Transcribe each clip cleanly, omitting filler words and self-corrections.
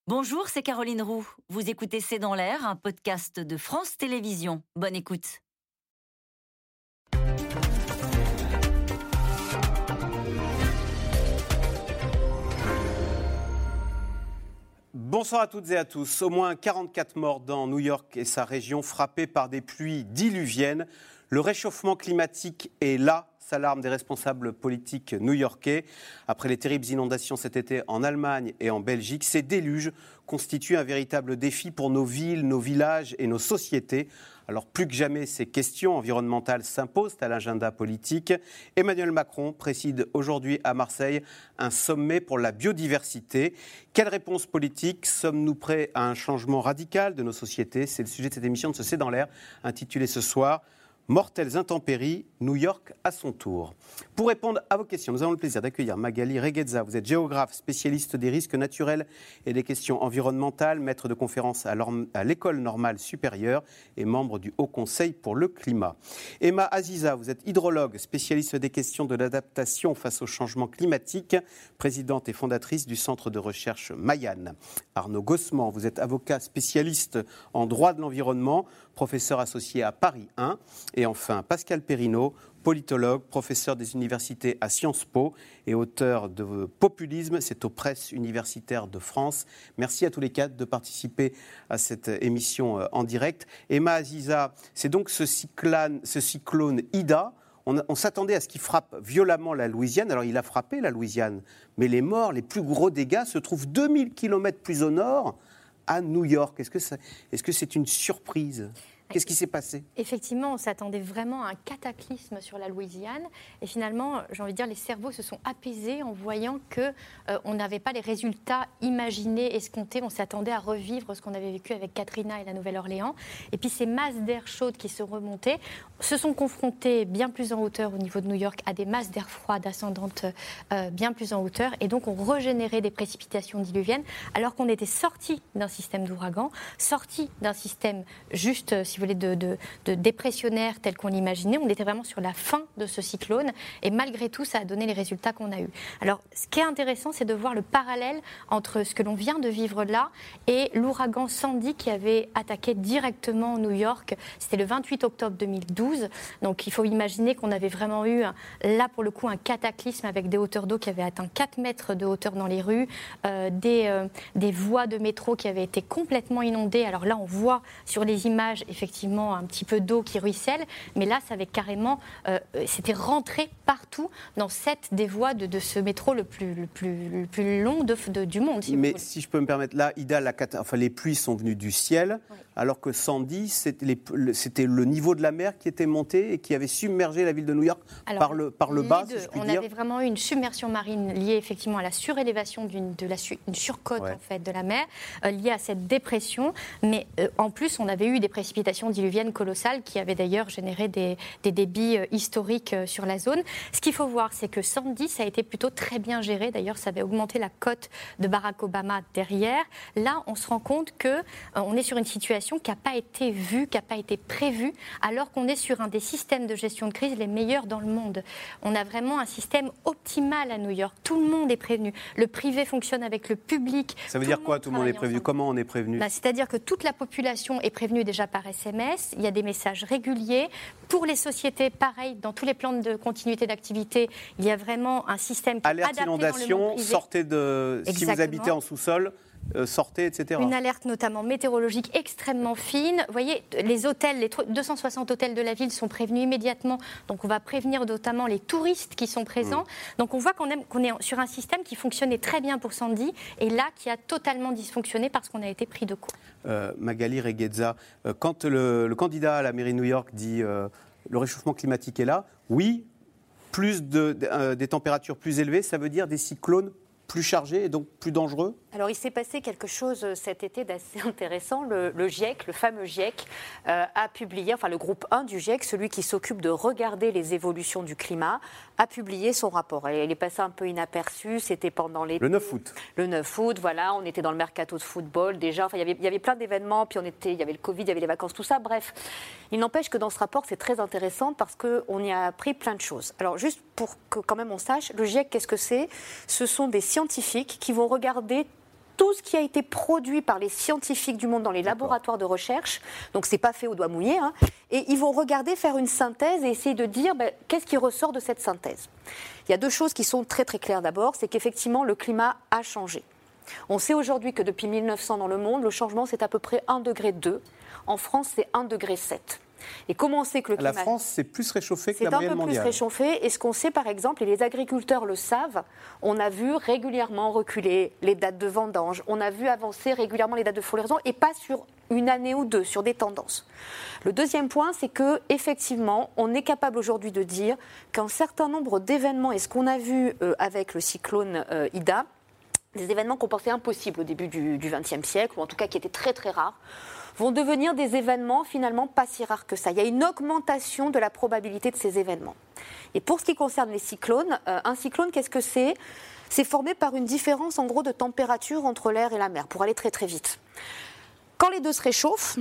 Bonjour, c'est Caroline Roux. Vous écoutez C'est dans l'air, un podcast de France Télévisions. Bonne écoute. Bonsoir à toutes et à tous. Au moins 44 morts dans New York et sa région frappées par des pluies diluviennes. Le réchauffement climatique est là, s'alarment des responsables politiques new-yorkais. Après les terribles inondations cet été en Allemagne et en Belgique, ces déluges constituent un véritable défi pour nos villes, nos villages et nos sociétés. Alors plus que jamais, ces questions environnementales s'imposent à l'agenda politique. Emmanuel Macron préside aujourd'hui à Marseille un sommet pour la biodiversité. Quelle réponse politique ? Sommes-nous prêts à un changement radical de nos sociétés ? C'est le sujet de cette émission de C'est dans l'air, intitulée ce soir « Mortelles intempéries, New York à son tour ». Pour répondre à vos questions, nous avons le plaisir d'accueillir Magali Reguezza. Vous êtes géographe, spécialiste des risques naturels et des questions environnementales, maître de conférences à l'École normale supérieure et membre du Haut Conseil pour le climat. Emma Aziza, vous êtes hydrologue, spécialiste des questions de l'adaptation face au changement climatique, présidente et fondatrice du centre de recherche Mayan. Arnaud Gossement, vous êtes avocat spécialiste en droit de l'environnement, professeur associé à Paris 1. Et enfin, Pascal Perrineau, politologue, professeur des universités à Sciences Po et auteur de Populisme, c'est aux presses universitaires de France. Merci à tous les quatre de participer à cette émission en direct. Emma Aziza, c'est donc ce cyclone Ida. On s'attendait à ce qu'il frappe violemment la Louisiane. Alors il a frappé la Louisiane, mais les morts, les plus gros dégâts se trouvent 2000 km plus au nord, à New York. Est-ce que c'est une surprise ? Qu'est-ce qui s'est passé ? Effectivement, on s'attendait vraiment à un cataclysme sur la Louisiane. Et finalement, j'ai envie de dire, les cerveaux se sont apaisés en voyant qu'on n'avait pas les résultats imaginés, escomptés. On s'attendait à revivre ce qu'on avait vécu avec Katrina et la Nouvelle-Orléans. Et puis ces masses d'air chaudes qui se remontaient se sont confrontées bien plus en hauteur au niveau de New York à des masses d'air froide ascendantes bien plus en hauteur. Et donc, on régénérait des précipitations diluviennes alors qu'on était sorti d'un système d'ouragan, sorti d'un système juste, si vous voulez, de dépressionnaire tel qu'on l'imaginait. On était vraiment sur la fin de ce cyclone et malgré tout, ça a donné les résultats qu'on a eus. Alors, ce qui est intéressant, c'est de voir le parallèle entre ce que l'on vient de vivre là et l'ouragan Sandy qui avait attaqué directement New York. C'était le 28 octobre 2012. Donc, il faut imaginer qu'on avait vraiment eu, là pour le coup, un cataclysme avec des hauteurs d'eau qui avaient atteint 4 mètres de hauteur dans les rues, des voies de métro qui avaient été complètement inondées. Alors là, on voit sur les images, effectivement, un petit peu d'eau qui ruisselle, mais là, ça avait carrément, c'était rentré partout dans 7 des voies de ce métro le plus long du monde. Mais si je peux me permettre, là, Ida, les pluies sont venues du ciel, oui. Alors que Sandy, c'était le niveau de la mer qui était monté et qui avait submergé la ville de New York. Alors, par le bas, si je puis dire. On avait vraiment eu une submersion marine liée effectivement à la surélévation d'une surcote, ouais, en fait, de la mer, liée à cette dépression, mais en plus, on avait eu des précipitations diluviennes colossales qui avaient d'ailleurs généré des débits historiques sur la zone. Ce qu'il faut voir, c'est que Sandy, ça a été plutôt très bien géré. D'ailleurs, ça avait augmenté la cote de Barack Obama derrière. Là, on se rend compte qu'on est sur une situation qui n'a pas été vue, qui n'a pas été prévue, alors qu'on est sur un des systèmes de gestion de crise les meilleurs dans le monde. On a vraiment un système optimal à New York. Tout le monde est prévenu. Le privé fonctionne avec le public. Ça veut dire quoi, tout le monde est prévenu ? Comment on est prévenu ? C'est-à-dire que toute la population est prévenue déjà par SMS. Il y a des messages réguliers. Pour les sociétés, pareil, dans tous les plans de continuité d'activité, il y a vraiment un système qui est adapté dans le monde privé. Alerte inondation, sortez de... Exactement. Si vous habitez en sous-sol, sortez, etc. Une alerte notamment météorologique extrêmement fine. Vous voyez, les hôtels, les 260 hôtels de la ville sont prévenus immédiatement. Donc on va prévenir notamment les touristes qui sont présents. Donc on voit qu'on est sur un système qui fonctionnait très bien pour Sandy et là qui a totalement dysfonctionné parce qu'on a été pris de court. Magali Reguezza, quand le candidat à la mairie de New York dit le réchauffement climatique est là, oui, des températures plus élevées, ça veut dire des cyclones plus chargés et donc plus dangereux ? Alors, il s'est passé quelque chose cet été d'assez intéressant. Le GIEC, le fameux GIEC, a publié, enfin le groupe 1 du GIEC, celui qui s'occupe de regarder les évolutions du climat, a publié son rapport. Il est passé un peu inaperçu, c'était pendant l'été. Le 9 août. Le 9 août, voilà, on était dans le mercato de football déjà. Enfin, il y avait plein d'événements, puis il y avait le Covid, il y avait les vacances, tout ça. Bref, il n'empêche que dans ce rapport, c'est très intéressant parce qu'on y a appris plein de choses. Alors, juste pour que quand même on sache, le GIEC, qu'est-ce que c'est ? Ce sont des scientifiques qui vont regarder tout ce qui a été produit par les scientifiques du monde dans les laboratoires de recherche. Donc, ce n'est pas fait au doigt mouillé. Et ils vont regarder, faire une synthèse et essayer de dire qu'est-ce qui ressort de cette synthèse. Il y a deux choses qui sont très très claires d'abord. C'est qu'effectivement, le climat a changé. On sait aujourd'hui que depuis 1900 dans le monde, le changement, c'est à peu près 1,2 degré. En France, c'est 1,7 degré. Et comment on sait que le climat... La France, c'est plus réchauffé que la moyenne mondiale. C'est un peu plus réchauffé. Et ce qu'on sait, par exemple, et les agriculteurs le savent, on a vu régulièrement reculer les dates de vendange, on a vu avancer régulièrement les dates de floraison, et pas sur une année ou deux, sur des tendances. Le deuxième point, c'est qu'effectivement, on est capable aujourd'hui de dire qu'un certain nombre d'événements, et ce qu'on a vu avec le cyclone Ida, des événements qu'on pensait impossibles au début du XXe siècle, ou en tout cas qui étaient très très rares, vont devenir des événements finalement pas si rares que ça. Il y a une augmentation de la probabilité de ces événements. Et pour ce qui concerne les cyclones, un cyclone, qu'est-ce que c'est ? C'est formé par une différence en gros de température entre l'air et la mer, pour aller très très vite. Quand les deux se réchauffent,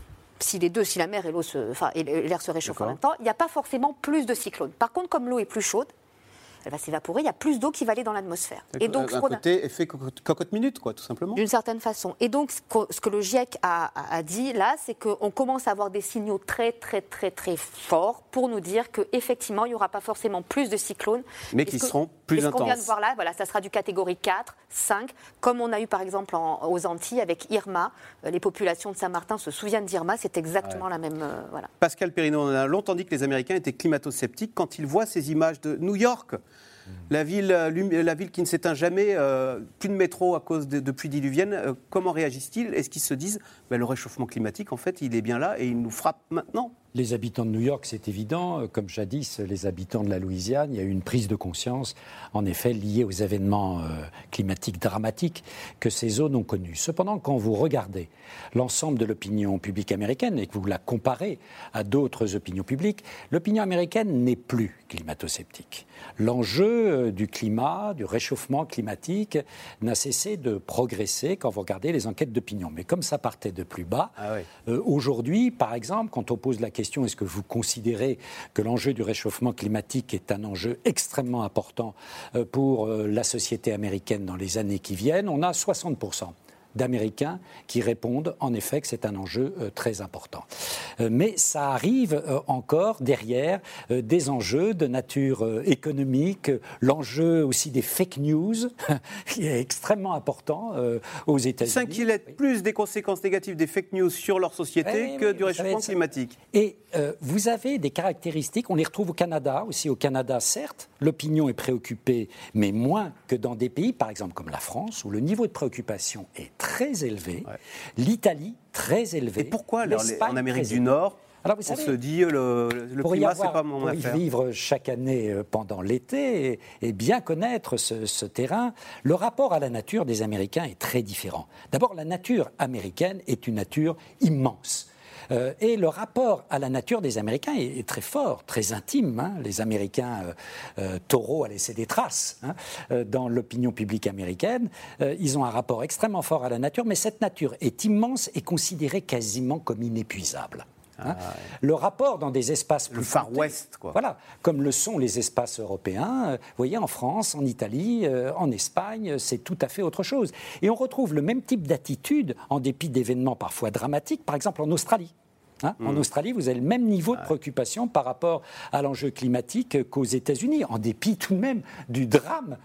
si la mer et l'air se réchauffent en même temps, il n'y a pas forcément plus de cyclones. Par contre, comme l'eau est plus chaude, elle va s'évaporer, il y a plus d'eau qui va aller dans l'atmosphère. Et donc, un côté effet cocotte-minute, quoi, tout simplement. D'une certaine façon. Et donc, ce que le GIEC a dit là, c'est qu'on commence à avoir des signaux très, très, très, très forts pour nous dire qu'effectivement, il n'y aura pas forcément plus de cyclones. Mais qui seront plus intenses. Ce qu'on vient de voir là, voilà, ça sera du catégorie 4, 5, comme on a eu par exemple aux Antilles avec Irma. Les populations de Saint-Martin se souviennent d'Irma, c'est exactement la même... voilà. Pascal Perrineau, on a longtemps dit que les Américains étaient climato-sceptiques quand ils voient ces images de New York. La ville qui ne s'éteint jamais, plus de métro à cause de pluies diluviennes, comment réagissent-ils ? Est-ce qu'ils se disent le réchauffement climatique, en fait, il est bien là et il nous frappe maintenant ? Les habitants de New York, c'est évident. Comme jadis, les habitants de la Louisiane, il y a eu une prise de conscience, en effet, liée aux événements climatiques dramatiques que ces zones ont connus. Cependant, quand vous regardez l'ensemble de l'opinion publique américaine et que vous la comparez à d'autres opinions publiques, l'opinion américaine n'est plus climato-sceptique. L'enjeu du climat, du réchauffement climatique, n'a cessé de progresser quand vous regardez les enquêtes d'opinion. Mais comme ça partait de plus bas, aujourd'hui, par exemple, quand on pose la question est-ce que vous considérez que l'enjeu du réchauffement climatique est un enjeu extrêmement important pour la société américaine dans les années qui viennent, on a 60% d'Américains qui répondent en effet que c'est un enjeu très important. Mais ça arrive encore derrière des enjeux de nature économique, l'enjeu aussi des fake news, qui est extrêmement important aux États-Unis. S'inquiètent plus des conséquences négatives des fake news sur leur société que du réchauffement climatique. Et vous avez des caractéristiques, on les retrouve au Canada, aussi au Canada certes, l'opinion est préoccupée, mais moins que dans des pays, par exemple comme la France, où le niveau de préoccupation est très élevé, l'Italie très élevé. Et pourquoi en Amérique du Nord, alors, on se dit le climat, c'est pas mon affaire. Pour y vivre chaque année pendant l'été et bien connaître ce terrain, le rapport à la nature des Américains est très différent. D'abord, la nature américaine est une nature immense. Et le rapport à la nature des Américains est très fort, très intime. Les Américains, Thoreau a laissé des traces dans l'opinion publique américaine. Ils ont un rapport extrêmement fort à la nature, mais cette nature est immense et considérée quasiment comme inépuisable. Le rapport dans des espaces plus le Far West, quoi. Voilà, comme le sont les espaces européens. Vous voyez, en France, en Italie, en Espagne, c'est tout à fait autre chose. Et on retrouve le même type d'attitude en dépit d'événements parfois dramatiques, par exemple en Australie. En Australie, vous avez le même niveau de préoccupation par rapport à l'enjeu climatique qu'aux États-Unis, en dépit tout de même du drame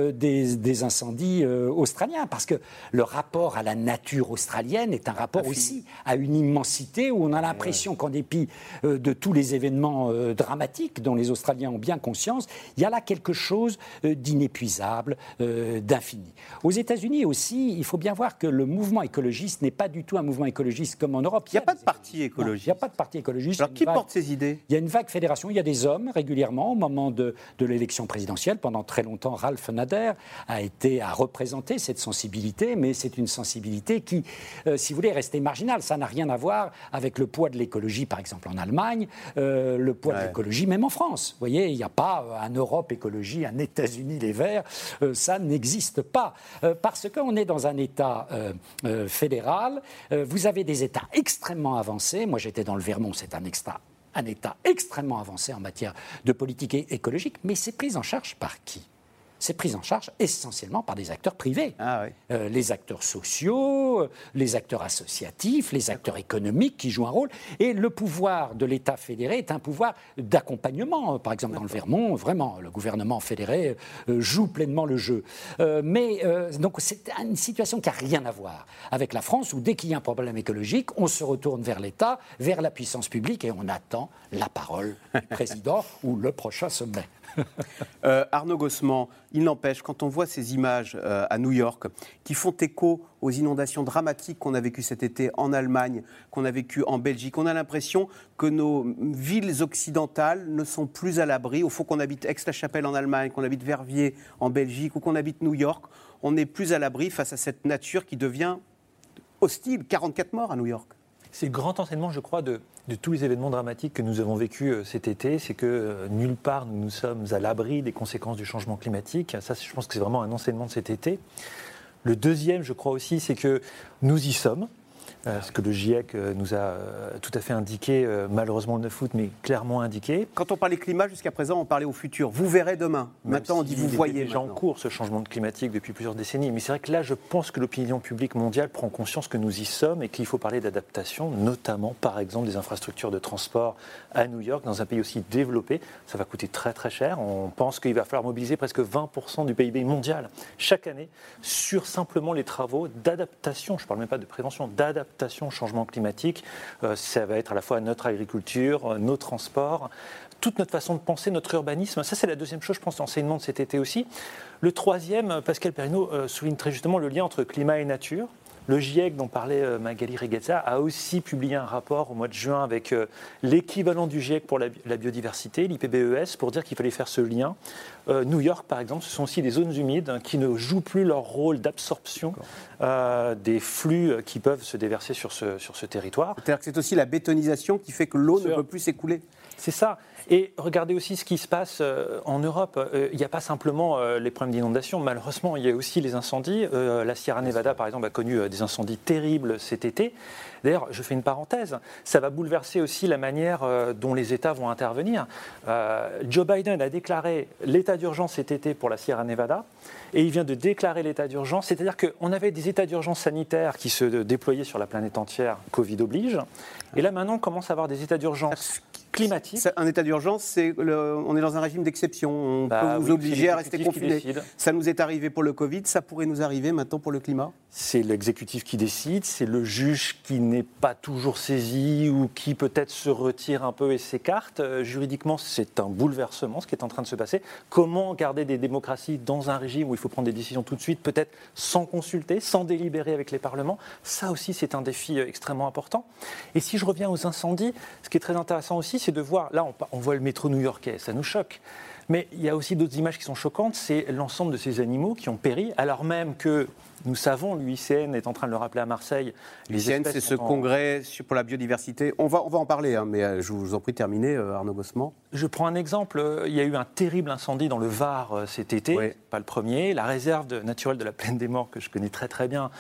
des incendies australiens. Parce que le rapport à la nature australienne est un rapport aussi à une immensité où on a l'impression qu'en dépit de tous les événements dramatiques dont les Australiens ont bien conscience, il y a là quelque chose d'inépuisable, d'infini. Aux États-Unis aussi, il faut bien voir que le mouvement écologiste n'est pas du tout un mouvement écologiste comme en Europe. Il n'y a pas de parti écologiste. Il n'y a pas de parti écologiste. Alors qui porte ces idées ? Il y a une vague fédération, il y a des hommes régulièrement au moment de l'élection présidentielle. Pendant très longtemps, Ralph Nader a représenté cette sensibilité, mais c'est une sensibilité qui, si vous voulez, est restée marginale. Ça n'a rien à voir avec le poids de l'écologie, par exemple en Allemagne, le poids de l'écologie même en France. Vous voyez, il n'y a pas un Europe écologie, un États-Unis les Verts, ça n'existe pas. Parce qu'on est dans un État fédéral, vous avez des États extrêmement avancés. Moi, j'étais dans le Vermont, c'est un État extrêmement avancé en matière de politique écologique, mais c'est pris en charge par qui ? c'est pris en charge essentiellement par des acteurs privés. Ah, oui. Les acteurs sociaux, les acteurs associatifs, les acteurs économiques qui jouent un rôle. Et le pouvoir de l'État fédéré est un pouvoir d'accompagnement. Par exemple, dans le Vermont, vraiment, le gouvernement fédéré joue pleinement le jeu. Donc c'est une situation qui n'a rien à voir avec la France, où dès qu'il y a un problème écologique, on se retourne vers l'État, vers la puissance publique, et on attend la parole du président ou le prochain sommet. Arnaud Gossement, il n'empêche, quand on voit ces images à New York qui font écho aux inondations dramatiques qu'on a vécues cet été en Allemagne, qu'on a vécues en Belgique, on a l'impression que nos villes occidentales ne sont plus à l'abri. Au fond, qu'on habite Aix-la-Chapelle en Allemagne, qu'on habite Verviers en Belgique ou qu'on habite New York, on n'est plus à l'abri face à cette nature qui devient hostile. 44 morts à New York. C'est le grand enseignement, je crois, de tous les événements dramatiques que nous avons vécus cet été. C'est que nulle part nous sommes à l'abri des conséquences du changement climatique. Ça, je pense que c'est vraiment un enseignement de cet été. Le deuxième, je crois aussi, c'est que nous y sommes. Ce que le GIEC nous a tout à fait indiqué, malheureusement le 9 août, mais clairement indiqué. Quand on parlait climat, jusqu'à présent, on parlait au futur. Vous verrez demain. Maintenant, on dit vous voyez. Il est déjà en cours, ce changement climatique, depuis plusieurs décennies. Mais c'est vrai que là, je pense que l'opinion publique mondiale prend conscience que nous y sommes et qu'il faut parler d'adaptation, notamment, par exemple, des infrastructures de transport à New York, dans un pays aussi développé. Ça va coûter très, très cher. On pense qu'il va falloir mobiliser presque 20% du PIB mondial chaque année sur simplement les travaux d'adaptation. Je ne parle même pas de prévention, d'adaptation au changement climatique. Ça va être à la fois notre agriculture, nos transports, toute notre façon de penser, notre urbanisme. Ça, c'est la deuxième chose, je pense, l'enseignement de cet été aussi. Le troisième, Pascal Perrineau souligne très justement le lien entre climat et nature. Le GIEC, dont parlait Magali Reguezza, a aussi publié un rapport au mois de juin avec l'équivalent du GIEC pour la biodiversité, l'IPBES, pour dire qu'il fallait faire ce lien. New York, par exemple, ce sont aussi des zones humides qui ne jouent plus leur rôle d'absorption des flux qui peuvent se déverser sur ce territoire. C'est-à-dire que c'est aussi la bétonisation qui fait que l'eau ne peut plus s'écouler. C'est ça. Et regardez aussi ce qui se passe en Europe. Il n'y a pas simplement les problèmes d'inondation. Malheureusement, il y a aussi les incendies. La Sierra Nevada, par exemple, a connu des incendies terribles cet été. D'ailleurs, je fais une parenthèse, ça va bouleverser aussi la manière dont les États vont intervenir. Joe Biden a déclaré l'état d'urgence cet été pour la Sierra Nevada et il vient de déclarer l'état d'urgence. C'est-à-dire qu'on avait des états d'urgence sanitaires qui se déployaient sur la planète entière, Covid oblige. Et là, maintenant, on commence à avoir des états d'urgence climatique. Un état d'urgence, on est dans un régime d'exception. On peut vous obliger à rester confiné. Ça nous est arrivé pour le Covid, ça pourrait nous arriver maintenant pour le climat. C'est l'exécutif qui décide, c'est le juge qui n'est pas toujours saisi ou qui peut-être se retire un peu et s'écarte. Juridiquement, c'est un bouleversement ce qui est en train de se passer. Comment garder des démocraties dans un régime où il faut prendre des décisions tout de suite, peut-être sans consulter, sans délibérer avec les parlements? Ça aussi, c'est un défi extrêmement important. Et si je reviens aux incendies, ce qui est très intéressant aussi, c'est de voir, là on voit le métro new-yorkais, ça nous choque, mais il y a aussi d'autres images qui sont choquantes, c'est l'ensemble de ces animaux qui ont péri, alors même que nous savons, l'UICN est en train de le rappeler à Marseille. L'UICN, c'est ce congrès pour la biodiversité. On va en parler, mais je vous en prie, terminez, Arnaud Gossement. Je prends un exemple. Il y a eu un terrible incendie dans le Var cet été, oui. Pas le premier. La réserve naturelle de la Plaine des Morts, que je connais très très bien,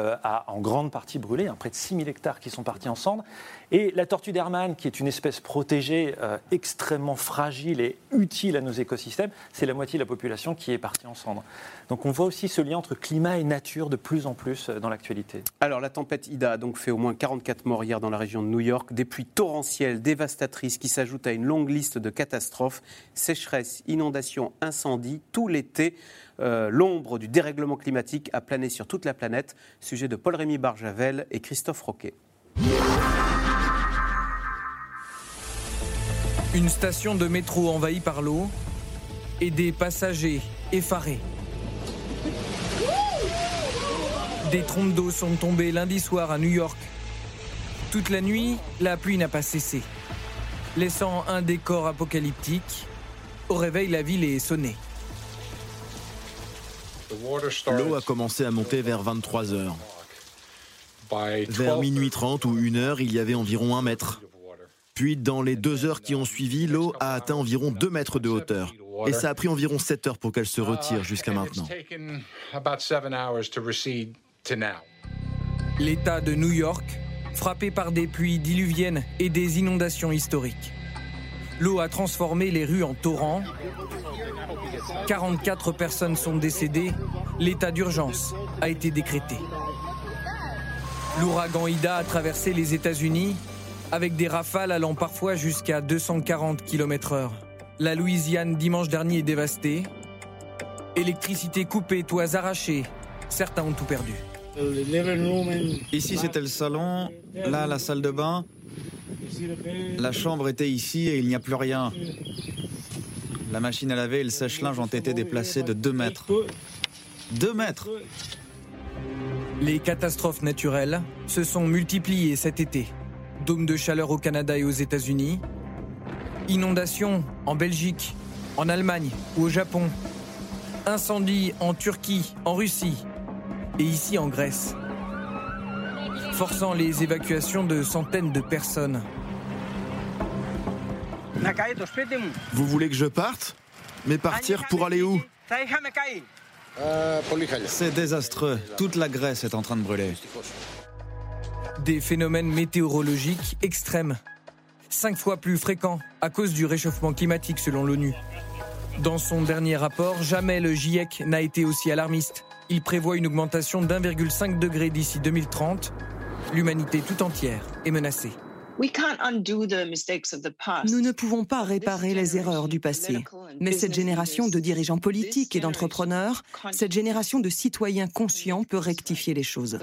a en grande partie brûlé. Près de 6000 hectares qui sont partis en cendres. Et la tortue d'Hermann, qui est une espèce protégée, extrêmement fragile et utile à nos écosystèmes, c'est la moitié de la population qui est partie en cendres. Donc on voit aussi ce lien entre climat et nature de plus en plus dans l'actualité. Alors la tempête Ida a donc fait au moins 44 morts hier dans la région de New York. Des pluies torrentielles, dévastatrices qui s'ajoutent à une longue liste de catastrophes. Sécheresse, inondations, incendies, tout l'été. L'ombre du dérèglement climatique a plané sur toute la planète. Sujet de Paul-Rémy Barjavel et Christophe Roquet. Une station de métro envahie par l'eau et des passagers effarés. Des trompes d'eau sont tombées lundi soir à New York. Toute la nuit, la pluie n'a pas cessé, laissant un décor apocalyptique. Au réveil, la ville est sonnée. L'eau a commencé à monter vers 23h. Vers minuit 30 ou 1h, il y avait environ 1 mètre. Puis, dans les 2 heures qui ont suivi, l'eau a atteint environ 2 mètres de hauteur. Et ça a pris environ 7 heures pour qu'elle se retire jusqu'à maintenant. L'État de New York, frappé par des pluies diluviennes et des inondations historiques. L'eau a transformé les rues en torrents. 44 personnes sont décédées. L'état d'urgence a été décrété. L'ouragan Ida a traversé les États-Unis avec des rafales allant parfois jusqu'à 240 km/h. La Louisiane dimanche dernier est dévastée. Électricité coupée, toits arrachés. Certains ont tout perdu. Ici c'était le salon, là la salle de bain. La chambre était ici et il n'y a plus rien. La machine à laver et le sèche-linge ont été déplacés de 2 mètres. 2 mètres! Les catastrophes naturelles se sont multipliées cet été. Dôme de chaleur au Canada et aux États-Unis. Inondations en Belgique, en Allemagne ou au Japon. Incendies en Turquie, en Russie et ici en Grèce. Forçant les évacuations de centaines de personnes. Vous voulez que je parte? Mais partir pour aller où? C'est désastreux. Toute la Grèce est en train de brûler. Des phénomènes météorologiques extrêmes. 5 fois plus fréquents à cause du réchauffement climatique selon l'ONU. Dans son dernier rapport, jamais le GIEC n'a été aussi alarmiste. Il prévoit une augmentation d'1,5 degré d'ici 2030. L'humanité tout entière est menacée. Nous ne pouvons pas réparer les erreurs du passé, mais cette génération de dirigeants politiques et d'entrepreneurs, cette génération de citoyens conscients peut rectifier les choses.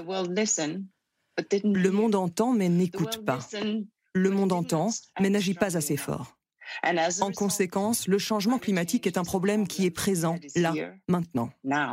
Le monde entend mais n'écoute pas. Le monde entend mais n'agit pas assez fort. En conséquence, le changement climatique est un problème qui est présent, là, maintenant.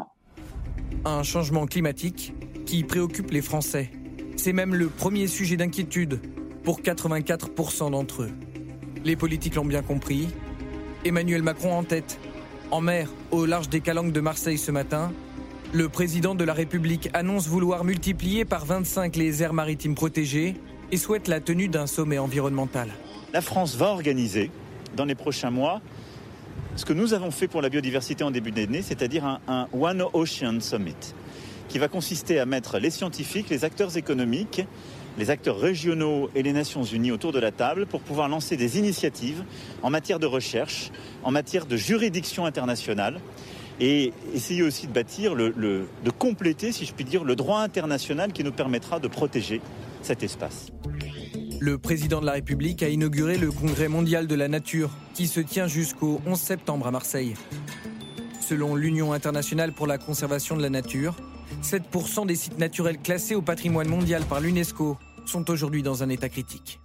Un changement climatique qui préoccupe les Français. C'est même le premier sujet d'inquiétude pour 84% d'entre eux. Les politiques l'ont bien compris. Emmanuel Macron en tête. En mer, au large des Calanques de Marseille ce matin, le président de la République annonce vouloir multiplier par 25 les aires maritimes protégées et souhaite la tenue d'un sommet environnemental. La France va organiser, dans les prochains mois, ce que nous avons fait pour la biodiversité en début d'année, c'est-à-dire un One Ocean Summit, qui va consister à mettre les scientifiques, les acteurs économiques, les acteurs régionaux et les Nations Unies autour de la table pour pouvoir lancer des initiatives en matière de recherche, en matière de juridiction internationale et essayer aussi de bâtir, de compléter, si je puis dire, le droit international qui nous permettra de protéger cet espace. Le président de la République a inauguré le Congrès mondial de la nature qui se tient jusqu'au 11 septembre à Marseille. Selon l'Union internationale pour la conservation de la nature, 7% des sites naturels classés au patrimoine mondial par l'UNESCO sont aujourd'hui dans un état critique.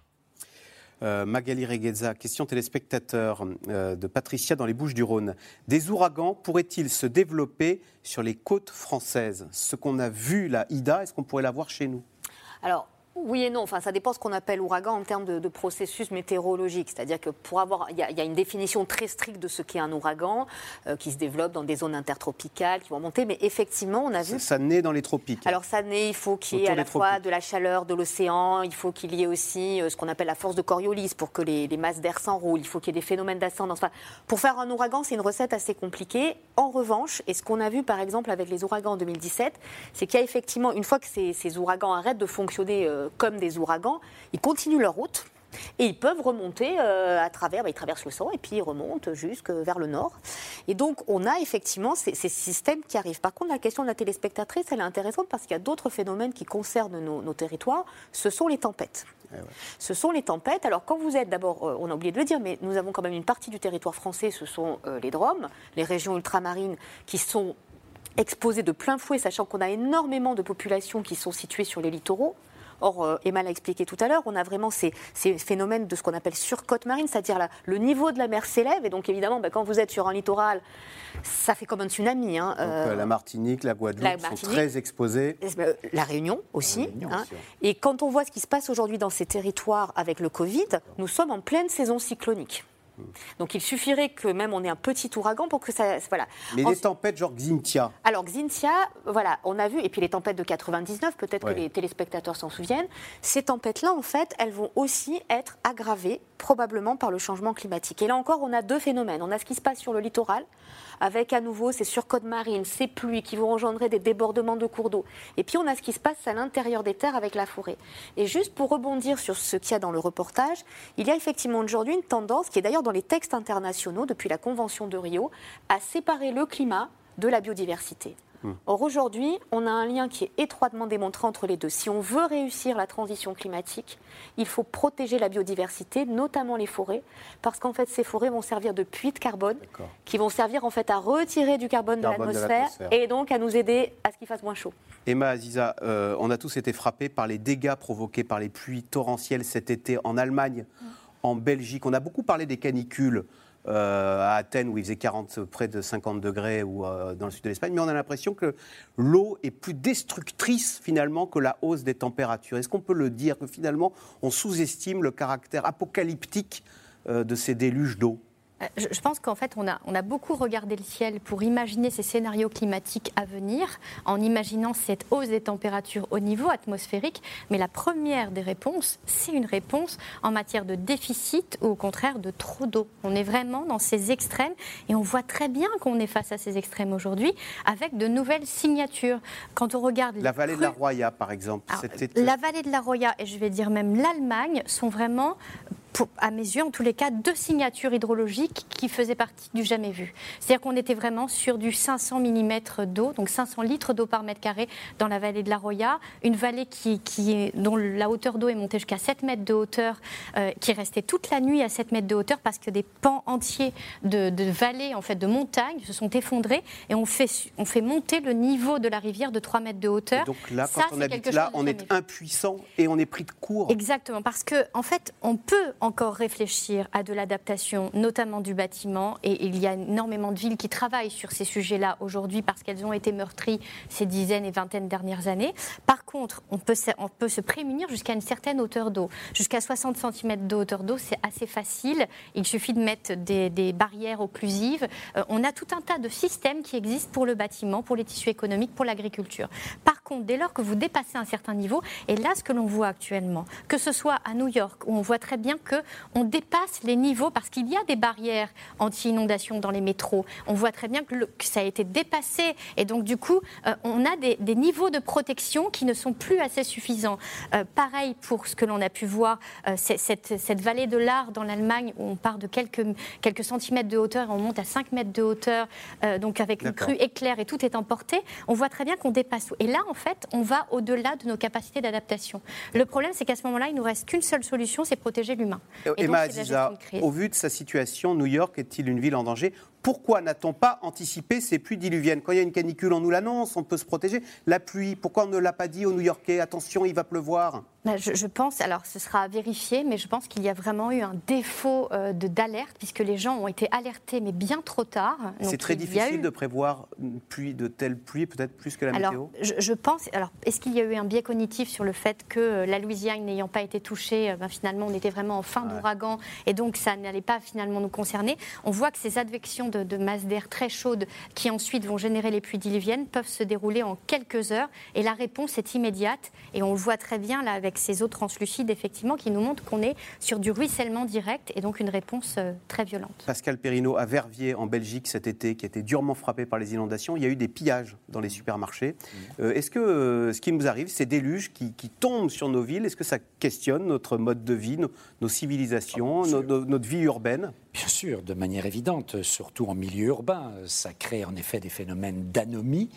Magali Regueza, question téléspectateur de Patricia dans les Bouches-du-Rhône. Des ouragans pourraient-ils se développer sur les côtes françaises? Ce qu'on a vu, la Ida, est-ce qu'on pourrait la voir chez nous? Alors, oui et non. Enfin, ça dépend ce qu'on appelle ouragan en termes de processus météorologique. C'est-à-dire que pour avoir, il y a une définition très stricte de ce qu'est un ouragan qui se développe dans des zones intertropicales qui vont monter. Mais effectivement, on a vu. Ça naît dans les tropiques. Alors ça naît. Il faut qu'il y ait à la fois de la chaleur de l'océan. Il faut qu'il y ait aussi ce qu'on appelle la force de Coriolis pour que les masses d'air s'enroulent. Il faut qu'il y ait des phénomènes d'ascendance. Enfin, pour faire un ouragan, c'est une recette assez compliquée. En revanche, et ce qu'on a vu par exemple avec les ouragans en 2017, c'est qu'il y a effectivement une fois que ces ouragans arrêtent de fonctionner comme des ouragans, ils continuent leur route et ils peuvent remonter à travers, ils traversent l'océan et puis ils remontent jusque vers le nord. Et donc on a effectivement ces systèmes qui arrivent. Par contre, la question de la téléspectatrice, elle est intéressante parce qu'il y a d'autres phénomènes qui concernent nos territoires, ce sont les tempêtes. Ce sont les tempêtes. Alors quand vous êtes, d'abord, on a oublié de le dire, mais nous avons quand même une partie du territoire français, ce sont les DROM, les régions ultramarines qui sont exposées de plein fouet, sachant qu'on a énormément de populations qui sont situées sur les littoraux. Or, Emma l'a expliqué tout à l'heure, on a vraiment ces phénomènes de ce qu'on appelle surcote marine, c'est-à-dire le niveau de la mer s'élève. Et donc, évidemment, quand vous êtes sur un littoral, ça fait comme un tsunami. Donc, la Martinique, la Guadeloupe sont très exposées. La Réunion aussi. Et quand on voit ce qui se passe aujourd'hui dans ces territoires avec le Covid, nous sommes en pleine saison cyclonique. Donc il suffirait que même on ait un petit ouragan pour que ça... Voilà. Mais les tempêtes genre Xynthia. Alors Xynthia, voilà, on a vu, et puis les tempêtes de 99, peut-être que les téléspectateurs s'en souviennent, ces tempêtes-là, en fait, elles vont aussi être aggravées probablement par le changement climatique. Et là encore, on a deux phénomènes. On a ce qui se passe sur le littoral, avec à nouveau ces surcotes marines, ces pluies qui vont engendrer des débordements de cours d'eau. Et puis on a ce qui se passe à l'intérieur des terres avec la forêt. Et juste pour rebondir sur ce qu'il y a dans le reportage, il y a effectivement aujourd'hui une tendance, qui est d'ailleurs dans les textes internationaux, depuis la Convention de Rio, à séparer le climat de la biodiversité. Or aujourd'hui, on a un lien qui est étroitement démontré entre les deux. Si on veut réussir la transition climatique, il faut protéger la biodiversité, notamment les forêts, parce qu'en fait, ces forêts vont servir de puits de carbone, qui vont servir en fait à retirer du carbone de l'atmosphère et donc à nous aider à ce qu'il fasse moins chaud. Emma Aziza, on a tous été frappés par les dégâts provoqués par les pluies torrentielles cet été en Allemagne, en Belgique. On a beaucoup parlé des canicules. À Athènes où il faisait près de 50 degrés ou dans le sud de l'Espagne, mais on a l'impression que l'eau est plus destructrice finalement que la hausse des températures. Est-ce qu'on peut le dire, que finalement on sous-estime le caractère apocalyptique de ces déluges d'eau ? Je pense qu'en fait, on a beaucoup regardé le ciel pour imaginer ces scénarios climatiques à venir, en imaginant cette hausse des températures au niveau atmosphérique. Mais la première des réponses, c'est une réponse en matière de déficit ou au contraire de trop d'eau. On est vraiment dans ces extrêmes et on voit très bien qu'on est face à ces extrêmes aujourd'hui avec de nouvelles signatures. Quand on regarde la vallée de la Roya, par exemple. La vallée de la Roya et je vais dire même l'Allemagne sont vraiment, à mes yeux, en tous les cas, deux signatures hydrologiques qui faisaient partie du jamais vu. C'est-à-dire qu'on était vraiment sur du 500 mm d'eau, donc 500 litres d'eau par mètre carré dans la vallée de la Roya, une vallée dont la hauteur d'eau est montée jusqu'à 7 mètres de hauteur, qui restait toute la nuit à 7 mètres de hauteur parce que des pans entiers de vallées, en fait, de montagnes se sont effondrés et on fait monter le niveau de la rivière de 3 mètres de hauteur. Et donc là, quand on habite là, on est impuissant et on est pris de court. Exactement, parce qu'en fait, on peut encore réfléchir à de l'adaptation, notamment du bâtiment. Et il y a énormément de villes qui travaillent sur ces sujets-là aujourd'hui parce qu'elles ont été meurtries ces dizaines et vingtaines dernières années. Par contre, on peut se prémunir jusqu'à une certaine hauteur d'eau. Jusqu'à 60 cm de hauteur d'eau, c'est assez facile. Il suffit de mettre des barrières occlusives. On a tout un tas de systèmes qui existent pour le bâtiment, pour les tissus économiques, pour l'agriculture. Par contre, dès lors que vous dépassez un certain niveau, et là, ce que l'on voit actuellement, que ce soit à New York, où on voit très bien qu'on dépasse les niveaux, parce qu'il y a des barrières anti-inondation dans les métros. On voit très bien que ça a été dépassé. Et donc, du coup, on a des niveaux de protection qui ne sont plus assez suffisants. Pareil pour ce que l'on a pu voir, cette vallée de l'Ar dans l'Allemagne, où on part de quelques centimètres de hauteur et on monte à 5 mètres de hauteur, donc avec une crue éclair et tout est emporté. On voit très bien qu'on dépasse tout. Et là, en fait, on va au-delà de nos capacités d'adaptation. Le problème, c'est qu'à ce moment-là, il ne nous reste qu'une seule solution, c'est protéger l'humain. Emma Aziza, au vu de sa situation, New York est-il une ville en danger ? Pourquoi n'a-t-on pas anticipé ces pluies diluviennes ? Quand il y a une canicule, on nous l'annonce, on peut se protéger. La pluie, pourquoi on ne l'a pas dit aux New-Yorkais ? Attention, il va pleuvoir. Je pense, alors ce sera à vérifier, mais je pense qu'il y a vraiment eu un défaut d'alerte, puisque les gens ont été alertés, mais bien trop tard. Donc, c'est très difficile de prévoir une pluie, de telles pluies, peut-être plus que la météo ? Je pense, alors est-ce qu'il y a eu un biais cognitif sur le fait que la Louisiane n'ayant pas été touchée, finalement on était vraiment en fin d'ouragan, et donc ça n'allait pas finalement nous concerner. On voit que ces advections de masses d'air très chaudes, qui ensuite vont générer les pluies diluviennes, peuvent se dérouler en quelques heures, et la réponse est immédiate, et on le voit très bien là avec ces eaux translucides, effectivement, qui nous montrent qu'on est sur du ruissellement direct et donc une réponse très violente. Pascal Perrineau, à Verviers, en Belgique, cet été, qui a été durement frappé par les inondations, il y a eu des pillages dans les supermarchés. Est-ce que ce qui nous arrive, ces déluges qui tombent sur nos villes, est-ce que ça questionne notre mode de vie, nos civilisations, notre vie urbaine ? Bien sûr, de manière évidente, surtout en milieu urbain. Ça crée en effet des phénomènes d'anomie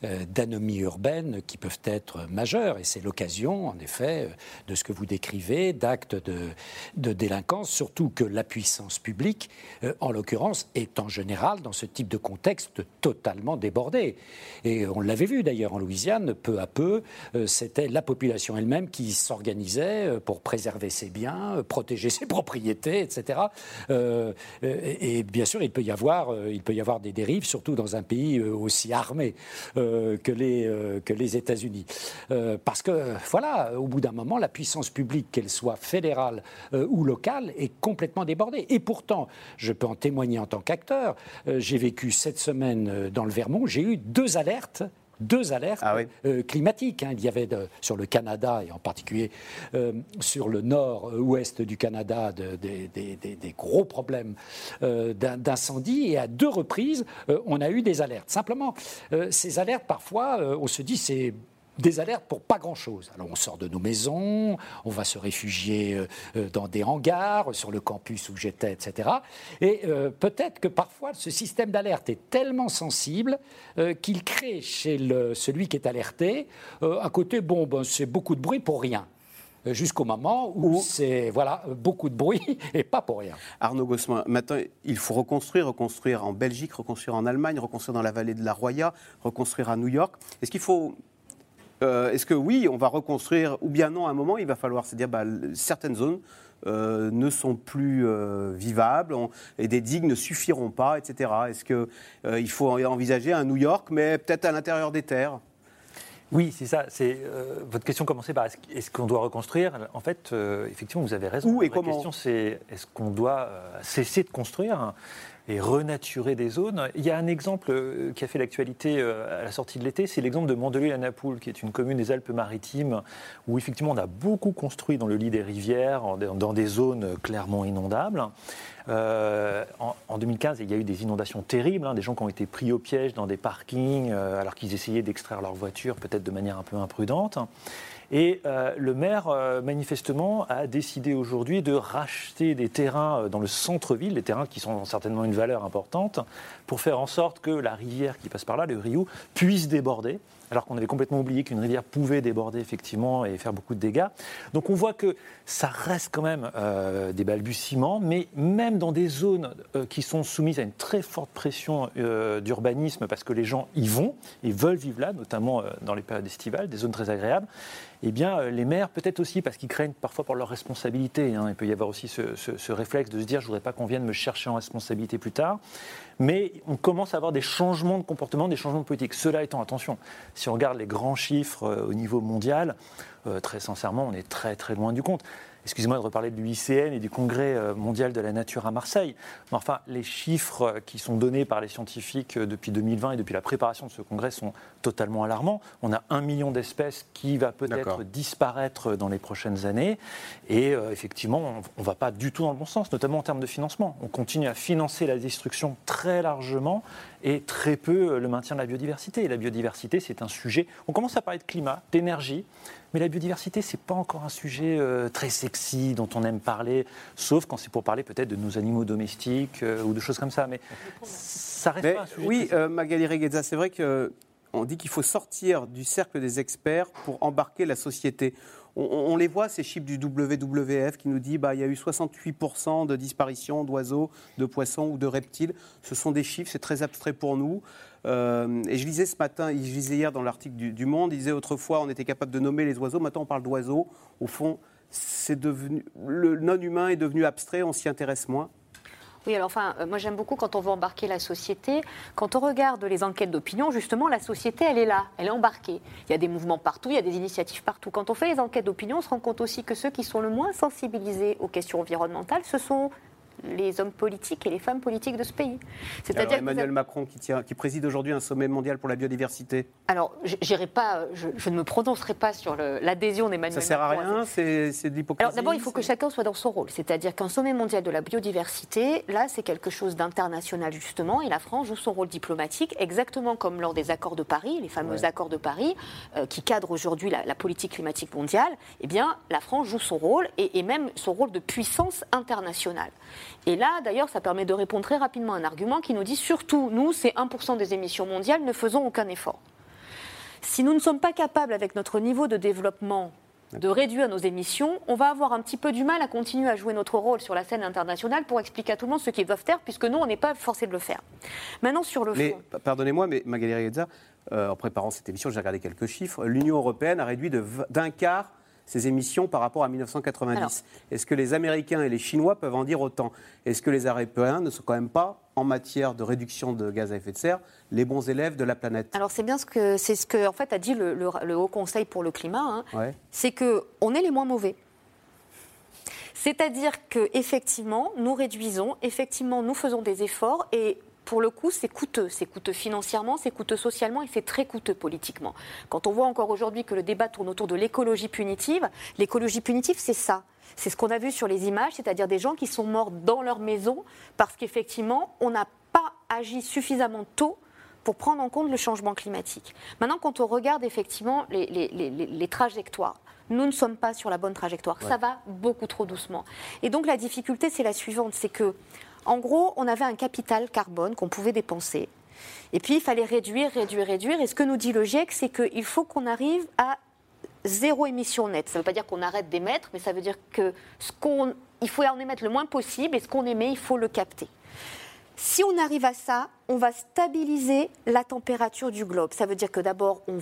urbaine qui peuvent être majeurs. Et c'est l'occasion, en effet, de ce que vous décrivez, d'actes de délinquance, surtout que la puissance publique, en l'occurrence, est en général, dans ce type de contexte, totalement débordée. Et on l'avait vu d'ailleurs en Louisiane, peu à peu, c'était la population elle-même qui s'organisait pour préserver ses biens, protéger ses propriétés, etc. Et bien sûr, il peut y avoir des dérives, surtout dans un pays aussi armé que les États-Unis. Parce que, voilà, au bout d'un moment, la puissance publique, qu'elle soit fédérale ou locale, est complètement débordée. Et pourtant, je peux en témoigner en tant qu'acteur, j'ai vécu cette semaine dans le Vermont, j'ai eu 2 alertes 2 alertes climatiques. Il y avait sur le Canada, et en particulier sur le nord-ouest du Canada, des gros problèmes d'incendie. Et à 2 reprises, on a eu des alertes. Simplement, ces alertes, parfois, on se dit c'est des alertes pour pas grand-chose. Alors on sort de nos maisons, on va se réfugier dans des hangars, sur le campus où j'étais, etc. Et peut-être que parfois ce système d'alerte est tellement sensible qu'il crée chez celui qui est alerté un côté, c'est beaucoup de bruit pour rien. Jusqu'au moment où c'est beaucoup de bruit et pas pour rien. Arnaud Gosselin, maintenant il faut reconstruire en Belgique, reconstruire en Allemagne, reconstruire dans la vallée de la Roya, reconstruire à New York. Est-ce que oui, on va reconstruire, ou bien non, à un moment, il va falloir se dire certaines zones ne sont plus vivables et des digues ne suffiront pas, etc. Est-ce qu'il faut envisager un New York, mais peut-être à l'intérieur des terres ? Oui, c'est ça. Votre question commençait par est-ce qu'on doit reconstruire ? En fait, effectivement, vous avez raison. Où et La comment ? question, c'est est-ce qu'on doit cesser de construire et renaturer des zones. Il y a un exemple qui a fait l'actualité à la sortie de l'été, c'est l'exemple de Mandelieu-la-Napoule, qui est une commune des Alpes-Maritimes, où effectivement on a beaucoup construit dans le lit des rivières, dans des zones clairement inondables. En 2015, il y a eu des inondations terribles, des gens qui ont été pris au piège dans des parkings alors qu'ils essayaient d'extraire leur voiture, peut-être de manière un peu imprudente. Et le maire, manifestement, a décidé aujourd'hui de racheter des terrains dans le centre-ville, des terrains qui sont certainement une valeur importante, pour faire en sorte que la rivière qui passe par là, le Riou, puisse déborder, alors qu'on avait complètement oublié qu'une rivière pouvait déborder, effectivement, et faire beaucoup de dégâts. Donc on voit que ça reste quand même des balbutiements, mais même dans des zones qui sont soumises à une très forte pression d'urbanisme, parce que les gens y vont et veulent vivre là, notamment dans les périodes estivales, des zones très agréables, eh bien, les maires, peut-être aussi, parce qu'ils craignent parfois pour leur responsabilité, il peut y avoir aussi ce réflexe de se dire « je ne voudrais pas qu'on vienne me chercher en responsabilité plus tard », mais on commence à avoir des changements de comportement, des changements de politique. Cela étant, attention, si on regarde les grands chiffres au niveau mondial, très sincèrement, on est très très loin du compte. Excusez-moi de reparler de l'UICN et du Congrès mondial de la nature à Marseille. Mais enfin, les chiffres qui sont donnés par les scientifiques depuis 2020 et depuis la préparation de ce congrès sont totalement alarmants. On a 1 million d'espèces qui va peut-être disparaître dans les prochaines années. Et effectivement, on ne va pas du tout dans le bon sens, notamment en termes de financement. On continue à financer la destruction très largement et très peu le maintien de la biodiversité. Et la biodiversité, c'est un sujet... On commence à parler de climat, d'énergie, mais la biodiversité, ce n'est pas encore un sujet très sexy dont on aime parler, sauf quand c'est pour parler peut-être de nos animaux domestiques ou de choses comme ça. Mais ça reste pas un sujet. Oui, Magali Regueza, c'est vrai qu'on dit qu'il faut sortir du cercle des experts pour embarquer la société. On les voit, ces chiffres du WWF qui nous dit qu'il y a eu 68% de disparition d'oiseaux, de poissons ou de reptiles. Ce sont des chiffres, c'est très abstrait pour nous. Et je lisais ce matin, je lisais hier dans l'article du Monde, il disait autrefois on était capable de nommer les oiseaux, maintenant on parle d'oiseaux. Au fond, le non-humain est devenu abstrait, on s'y intéresse moins. Oui, alors moi j'aime beaucoup quand on veut embarquer la société. Quand on regarde les enquêtes d'opinion, justement, la société, elle est là, elle est embarquée. Il y a des mouvements partout, il y a des initiatives partout. Quand on fait les enquêtes d'opinion, on se rend compte aussi que ceux qui sont le moins sensibilisés aux questions environnementales, ce sont les hommes politiques et les femmes politiques de ce pays. C'est-à-dire Emmanuel Macron qui préside aujourd'hui un sommet mondial pour la biodiversité. Alors, je ne me prononcerai pas sur l'adhésion d'Emmanuel Macron. Ça sert à rien, c'est de l'hypocrisie. Alors d'abord, il faut que chacun soit dans son rôle. C'est-à-dire qu'un sommet mondial de la biodiversité, là, c'est quelque chose d'international justement, et la France joue son rôle diplomatique, exactement comme lors des accords de Paris, les fameux accords de Paris, qui cadrent aujourd'hui la politique climatique mondiale. Eh bien, la France joue son rôle, et même son rôle de puissance internationale. Et là, d'ailleurs, ça permet de répondre très rapidement à un argument qui nous dit surtout, nous, c'est 1% des émissions mondiales, ne faisons aucun effort. Si nous ne sommes pas capables, avec notre niveau de développement, de réduire nos émissions, on va avoir un petit peu du mal à continuer à jouer notre rôle sur la scène internationale pour expliquer à tout le monde ce qu'ils doivent faire, puisque nous, on n'est pas forcés de le faire. Maintenant, sur le fond... Pardonnez-moi, mais Magali Regueza, en préparant cette émission, j'ai regardé quelques chiffres. L'Union européenne a réduit d'un quart ses émissions par rapport à 1990. Alors, est-ce que les Américains et les Chinois peuvent en dire autant ? Est-ce que les Européens ne sont quand même pas, en matière de réduction de gaz à effet de serre, les bons élèves de la planète ? Alors c'est bien ce que en fait, a dit le Haut Conseil pour le climat, c'est qu'on est les moins mauvais. C'est-à-dire qu'effectivement, nous réduisons, effectivement, nous faisons des efforts et pour le coup, c'est coûteux. C'est coûteux financièrement, c'est coûteux socialement et c'est très coûteux politiquement. Quand on voit encore aujourd'hui que le débat tourne autour de l'écologie punitive, c'est ça. C'est ce qu'on a vu sur les images, c'est-à-dire des gens qui sont morts dans leur maison parce qu'effectivement, on n'a pas agi suffisamment tôt pour prendre en compte le changement climatique. Maintenant, quand on regarde effectivement les trajectoires, nous ne sommes pas sur la bonne trajectoire. Ouais. Ça va beaucoup trop doucement. Et donc la difficulté, c'est la suivante, c'est que, en gros, on avait un capital carbone qu'on pouvait dépenser. Et puis, il fallait réduire. Et ce que nous dit le GIEC, c'est qu'il faut qu'on arrive à 0 émission nette. Ça ne veut pas dire qu'on arrête d'émettre, mais ça veut dire qu'il faut en émettre le moins possible et ce qu'on émet, il faut le capter. Si on arrive à ça, on va stabiliser la température du globe. Ça veut dire que d'abord, on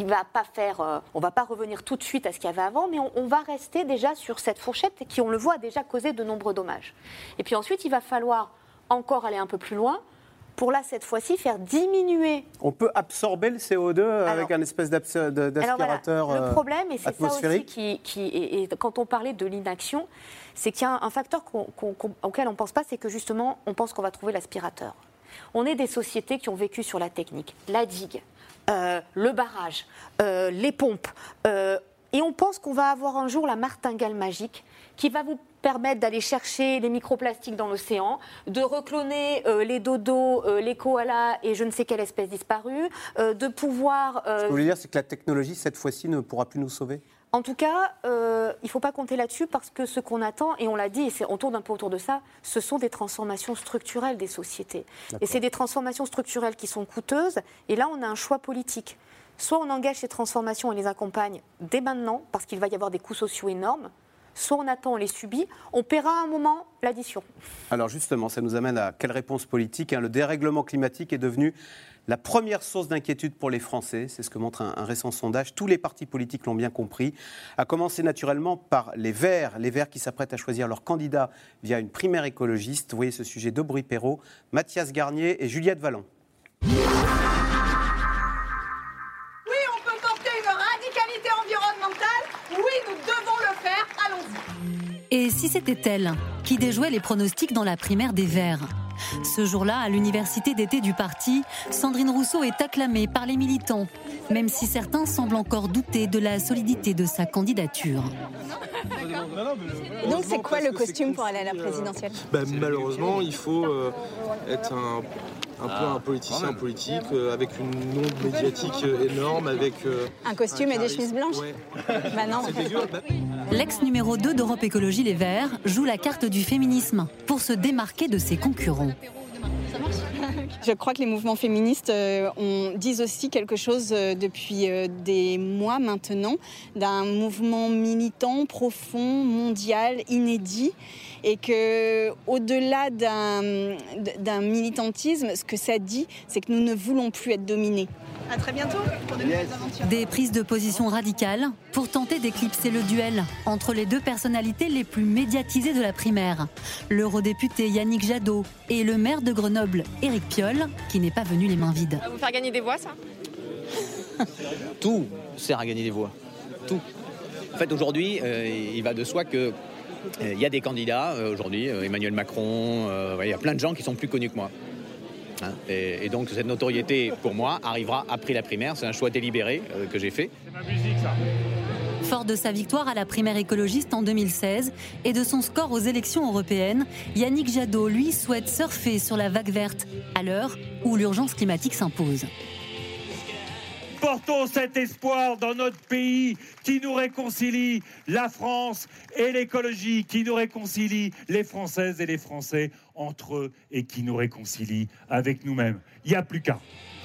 va pas revenir tout de suite à ce qu'il y avait avant, mais on va rester déjà sur cette fourchette qui, on le voit, a déjà causé de nombreux dommages. Et puis ensuite, il va falloir encore aller un peu plus loin pour là, cette fois-ci, faire diminuer... On peut absorber le CO2 avec un espèce d'aspirateur voilà, le problème, et c'est ça aussi qui quand on parlait de l'inaction, c'est qu'il y a un facteur auquel on ne pense pas, c'est que justement, on pense qu'on va trouver l'aspirateur. On est des sociétés qui ont vécu sur la technique, la digue, le barrage, les pompes, et on pense qu'on va avoir un jour la martingale magique qui va vous permettre d'aller chercher les microplastiques dans l'océan, de recloner les dodos, les koalas et je ne sais quelle espèce disparue, de pouvoir... Ce que vous voulez dire, c'est que la technologie, cette fois-ci, ne pourra plus nous sauver ? En tout cas, il ne faut pas compter là-dessus parce que ce qu'on attend, et on l'a dit, et on tourne un peu autour de ça, ce sont des transformations structurelles des sociétés. D'accord. Et c'est des transformations structurelles qui sont coûteuses, et là, on a un choix politique. Soit on engage ces transformations et les accompagne dès maintenant, parce qu'il va y avoir des coûts sociaux énormes, soit on attend, on les subit, on paiera à un moment l'addition. Alors justement, ça nous amène à quelle réponse politique ? Le dérèglement climatique est devenu la première source d'inquiétude pour les Français. C'est ce que montre un récent sondage. Tous les partis politiques l'ont bien compris. À commencer naturellement par les Verts qui s'apprêtent à choisir leur candidat via une primaire écologiste. Vous voyez ce sujet d'Aubry Perrault, Mathias Garnier et Juliette Vallon. Et si c'était elle qui déjouait les pronostics dans la primaire des Verts ? Ce jour-là, à l'université d'été du parti, Sandrine Rousseau est acclamée par les militants, même si certains semblent encore douter de la solidité de sa candidature. Donc c'est quoi le costume pour aller à la présidentielle ? Malheureusement, il faut être un peu un politicien politique, avec une onde médiatique énorme, avec... un costume et des chemises blanches ? Ouais. Non. C'est dégueu. L'ex numéro 2 d'Europe Écologie Les Verts joue la carte du féminisme pour se démarquer de ses concurrents. Je crois que les mouvements féministes disent aussi quelque chose depuis des mois maintenant, d'un mouvement militant, profond, mondial, inédit, et qu'au-delà d'un militantisme, ce que ça dit, c'est que nous ne voulons plus être dominés. À très bientôt pour de nouvelles aventures. Des prises de position radicales pour tenter d'éclipser le duel entre les deux personnalités les plus médiatisées de la primaire. L'eurodéputé Yannick Jadot et le maire de Grenoble, Éric Piolle, qui n'est pas venu les mains vides. Ça va vous faire gagner des voix, ça ? Tout sert à gagner des voix. Tout. En fait, aujourd'hui, il va de soi que il y a des candidats, aujourd'hui, Emmanuel Macron, il y a plein de gens qui sont plus connus que moi. Et donc cette notoriété, pour moi, arrivera après la primaire. C'est un choix délibéré que j'ai fait. C'est ma musique, ça. Fort de sa victoire à la primaire écologiste en 2016 et de son score aux élections européennes, Yannick Jadot, lui, souhaite surfer sur la vague verte à l'heure où l'urgence climatique s'impose. Portons cet espoir dans notre pays qui nous réconcilie, la France et l'écologie, qui nous réconcilie les Françaises et les Français entre eux et qui nous réconcilie avec nous-mêmes. Il n'y a plus qu'à.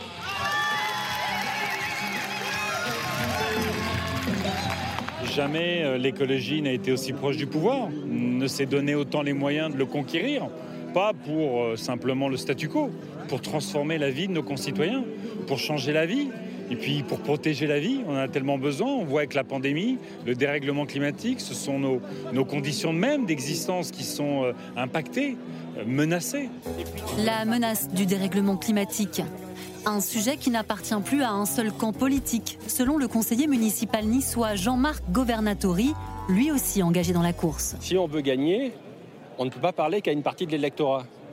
Jamais l'écologie n'a été aussi proche du pouvoir, ne s'est donné autant les moyens de le conquérir, pas pour simplement le statu quo, pour transformer la vie de nos concitoyens, pour changer la vie. Et puis pour protéger la vie, on en a tellement besoin. On voit avec la pandémie, le dérèglement climatique, ce sont nos conditions même d'existence qui sont impactées, menacées. La menace du dérèglement climatique. Un sujet qui n'appartient plus à un seul camp politique, selon le conseiller municipal niçois Jean-Marc Governatori, lui aussi engagé dans la course. Si on veut gagner, on ne peut pas parler qu'à une partie de l'électorat.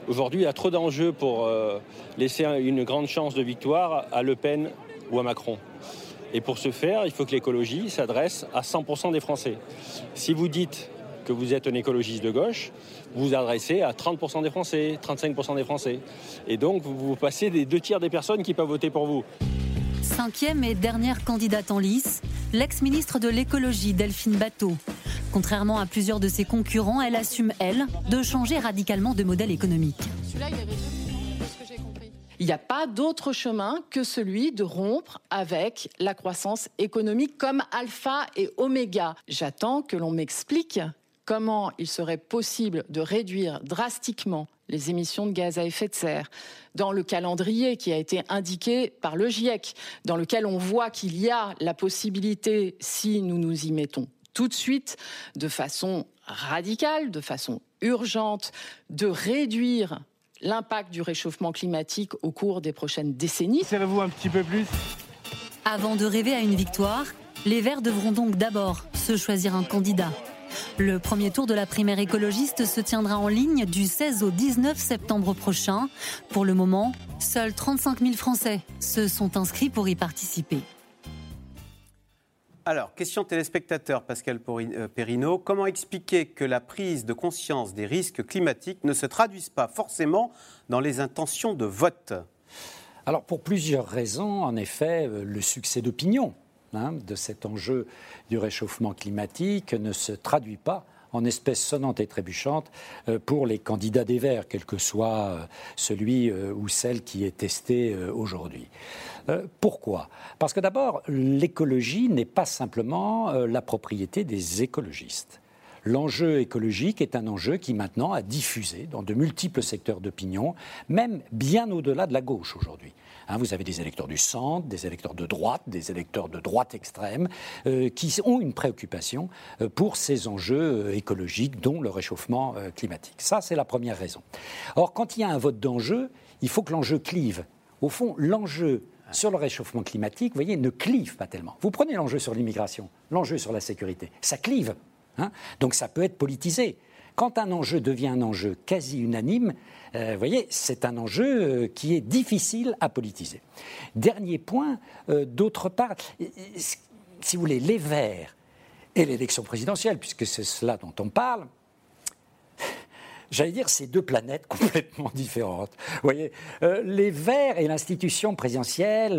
Aujourd'hui, il y a trop d'enjeux pour laisser une grande chance de victoire à Le Pen ou à Macron. Et pour ce faire, il faut que l'écologie s'adresse à 100% des Français. Si vous dites que vous êtes un écologiste de gauche, vous vous adressez à 30% des Français, 35% des Français. Et donc, vous passez des 2 tiers des personnes qui peuvent voter pour vous. 5e et dernière candidate en lice, l'ex-ministre de l'écologie Delphine Batho. Contrairement à plusieurs de ses concurrents, elle assume, elle, de changer radicalement de modèle économique. Celui-là, il est réduit, de ce que j'ai compris. Il n'y a pas d'autre chemin que celui de rompre avec la croissance économique comme alpha et oméga. J'attends que l'on m'explique comment il serait possible de réduire drastiquement les émissions de gaz à effet de serre, dans le calendrier qui a été indiqué par le GIEC, dans lequel on voit qu'il y a la possibilité, si nous nous y mettons tout de suite, de façon radicale, de façon urgente, de réduire l'impact du réchauffement climatique au cours des prochaines décennies. Serrez-vous un petit peu plus. Avant de rêver à une victoire, les Verts devront donc d'abord se choisir un candidat. Le premier tour de la primaire écologiste se tiendra en ligne du 16 au 19 septembre prochain. Pour le moment, seuls 35 000 Français se sont inscrits pour y participer. Alors, question téléspectateur, Pascal Perrineau. Comment expliquer que la prise de conscience des risques climatiques ne se traduise pas forcément dans les intentions de vote ? Alors, pour plusieurs raisons, en effet, le succès d'opinion de cet enjeu du réchauffement climatique ne se traduit pas en espèces sonnantes et trébuchantes pour les candidats des Verts, quel que soit celui ou celle qui est testé aujourd'hui. Pourquoi ? Parce que d'abord, l'écologie n'est pas simplement la propriété des écologistes. L'enjeu écologique est un enjeu qui maintenant a diffusé dans de multiples secteurs d'opinion, même bien au-delà de la gauche aujourd'hui. Vous avez des électeurs du centre, des électeurs de droite, des électeurs de droite extrême qui ont une préoccupation pour ces enjeux écologiques, dont le réchauffement climatique. Ça, c'est la première raison. Or, quand il y a un vote d'enjeu, il faut que l'enjeu clive. Au fond, l'enjeu sur le réchauffement climatique, vous voyez, ne clive pas tellement. Vous prenez l'enjeu sur l'immigration, l'enjeu sur la sécurité, ça clive. Donc ça peut être politisé. Quand un enjeu devient un enjeu quasi unanime, vous voyez, c'est un enjeu qui est difficile à politiser. Dernier point, d'autre part, si vous voulez, les Verts et l'élection présidentielle, puisque c'est cela dont on parle, j'allais dire, c'est 2 planètes complètement différentes. Vous voyez, les Verts et l'institution présidentielle,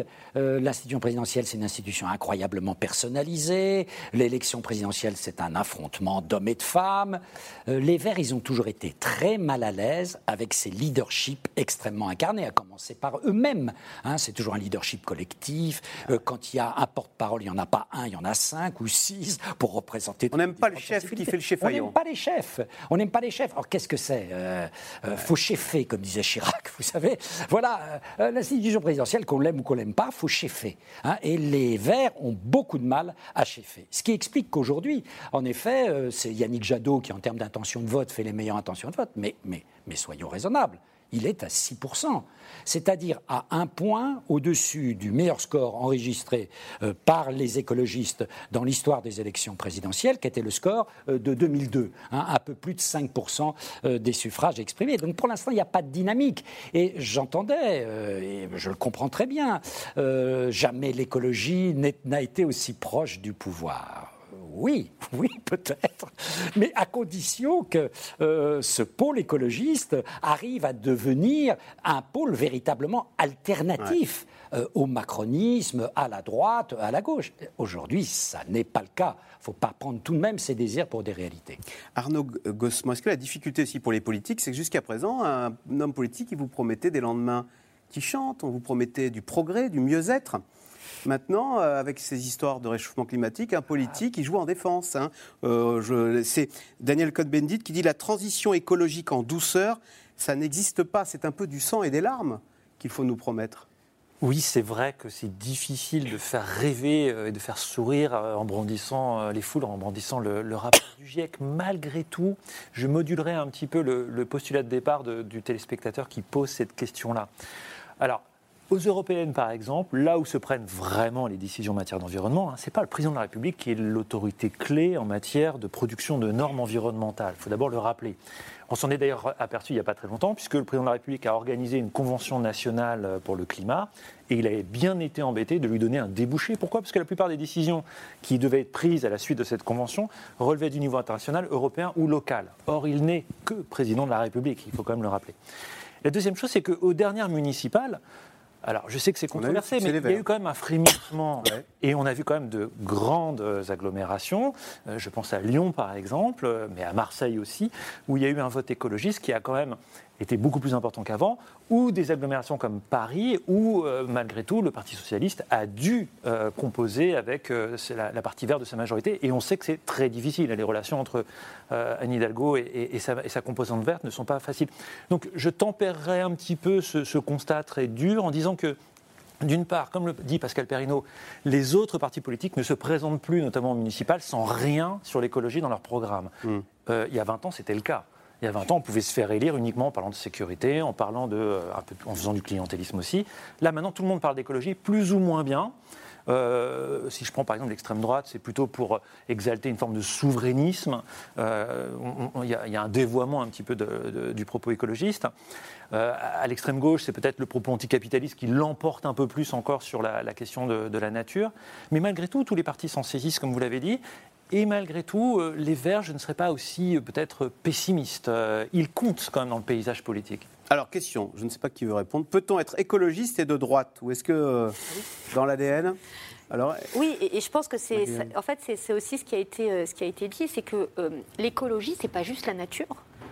c'est une institution incroyablement personnalisée. L'élection présidentielle, c'est un affrontement d'hommes et de femmes. Les Verts, ils ont toujours été très mal à l'aise avec ces leaderships extrêmement incarnés, à commencer par eux-mêmes. C'est toujours un leadership collectif. Quand il y a un porte-parole, il n'y en a pas un, il y en a 5 ou 6 pour représenter... On n'aime pas le chef qui fait le cheffaillant. On n'aime pas les chefs. On n'aime pas les chefs. Alors, qu'est-ce que c'est faut cheffer, comme disait Chirac, vous savez. Voilà, l'institution présidentielle, qu'on l'aime ou qu'on l'aime pas, faut cheffer. Et les Verts ont beaucoup de mal à cheffer. Ce qui explique qu'aujourd'hui, en effet, c'est Yannick Jadot qui, en termes d'intention de vote, fait les meilleures intentions de vote. Mais soyons raisonnables. Il est à 6%, c'est-à-dire à 1 point au-dessus du meilleur score enregistré par les écologistes dans l'histoire des élections présidentielles, qui était le score de 2002, un peu plus de 5% des suffrages exprimés. Donc pour l'instant, il n'y a pas de dynamique. Et j'entendais, et je le comprends très bien, jamais l'écologie n'a été aussi proche du pouvoir. Oui, peut-être, mais à condition que ce pôle écologiste arrive à devenir un pôle véritablement alternatif au macronisme, à la droite, à la gauche. Aujourd'hui, ça n'est pas le cas. Il ne faut pas prendre tout de même ses désirs pour des réalités. Arnaud Gosselin, est-ce que la difficulté aussi pour les politiques, c'est que jusqu'à présent, un homme politique, il vous promettait des lendemains qui chantent, on vous promettait du progrès, du mieux-être. Maintenant, avec ces histoires de réchauffement climatique, un politique, il joue en défense. C'est Daniel Cohn-Bendit qui dit « La transition écologique en douceur, ça n'existe pas. C'est un peu du sang et des larmes qu'il faut nous promettre. » Oui, c'est vrai que c'est difficile de faire rêver et de faire sourire en brandissant les foules, en brandissant le rapport du GIEC. Malgré tout, je modulerai un petit peu le postulat de départ du téléspectateur qui pose cette question-là. Alors, Aux européennes, par exemple, là où se prennent vraiment les décisions en matière d'environnement, ce n'est pas le président de la République qui est l'autorité clé en matière de production de normes environnementales. Il faut d'abord le rappeler. On s'en est d'ailleurs aperçu il n'y a pas très longtemps, puisque le président de la République a organisé une convention nationale pour le climat, et il avait bien été embêté de lui donner un débouché. Pourquoi ? Parce que la plupart des décisions qui devaient être prises à la suite de cette convention relevaient du niveau international, européen ou local. Or, il n'est que président de la République, il faut quand même le rappeler. La deuxième chose, c'est qu'aux dernières municipales, alors, je sais que c'est controversé, mais il y a eu quand même un frémissement. Et on a vu quand même de grandes agglomérations. Je pense à Lyon, par exemple, mais à Marseille aussi, où il y a eu un vote écologiste qui a quand même été beaucoup plus important qu'avant, ou des agglomérations comme Paris, où, malgré tout, le Parti socialiste a dû composer avec la partie verte de sa majorité. Et on sait que c'est très difficile. Les relations entre Anne Hidalgo et sa composante verte ne sont pas faciles. Donc, je tempérerai un petit peu ce constat très dur en disant que, d'une part, comme le dit Pascal Perrineau, les autres partis politiques ne se présentent plus, notamment au municipal, sans rien sur l'écologie dans leur programme. Il y a 20 ans, c'était le cas. Il y a 20 ans, on pouvait se faire élire uniquement en parlant de sécurité, en faisant du clientélisme aussi. Là, maintenant, tout le monde parle d'écologie, plus ou moins bien. Si je prends par exemple l'extrême droite, c'est plutôt pour exalter une forme de souverainisme. Il y a un dévoiement un petit peu du propos écologiste. À l'extrême gauche, c'est peut-être le propos anticapitaliste qui l'emporte un peu plus encore sur la question de la nature. Mais malgré tout, tous les partis s'en saisissent, comme vous l'avez dit. Et malgré tout, les Verts, je ne serais pas aussi peut-être pessimiste. Ils comptent quand même dans le paysage politique. Alors, question, je ne sais pas qui veut répondre. Peut-on être écologiste et de droite ? Ou est-ce que dans l'ADN Oui, et je pense que c'est aussi ce qui a été dit, c'est que l'écologie, c'est pas juste la nature.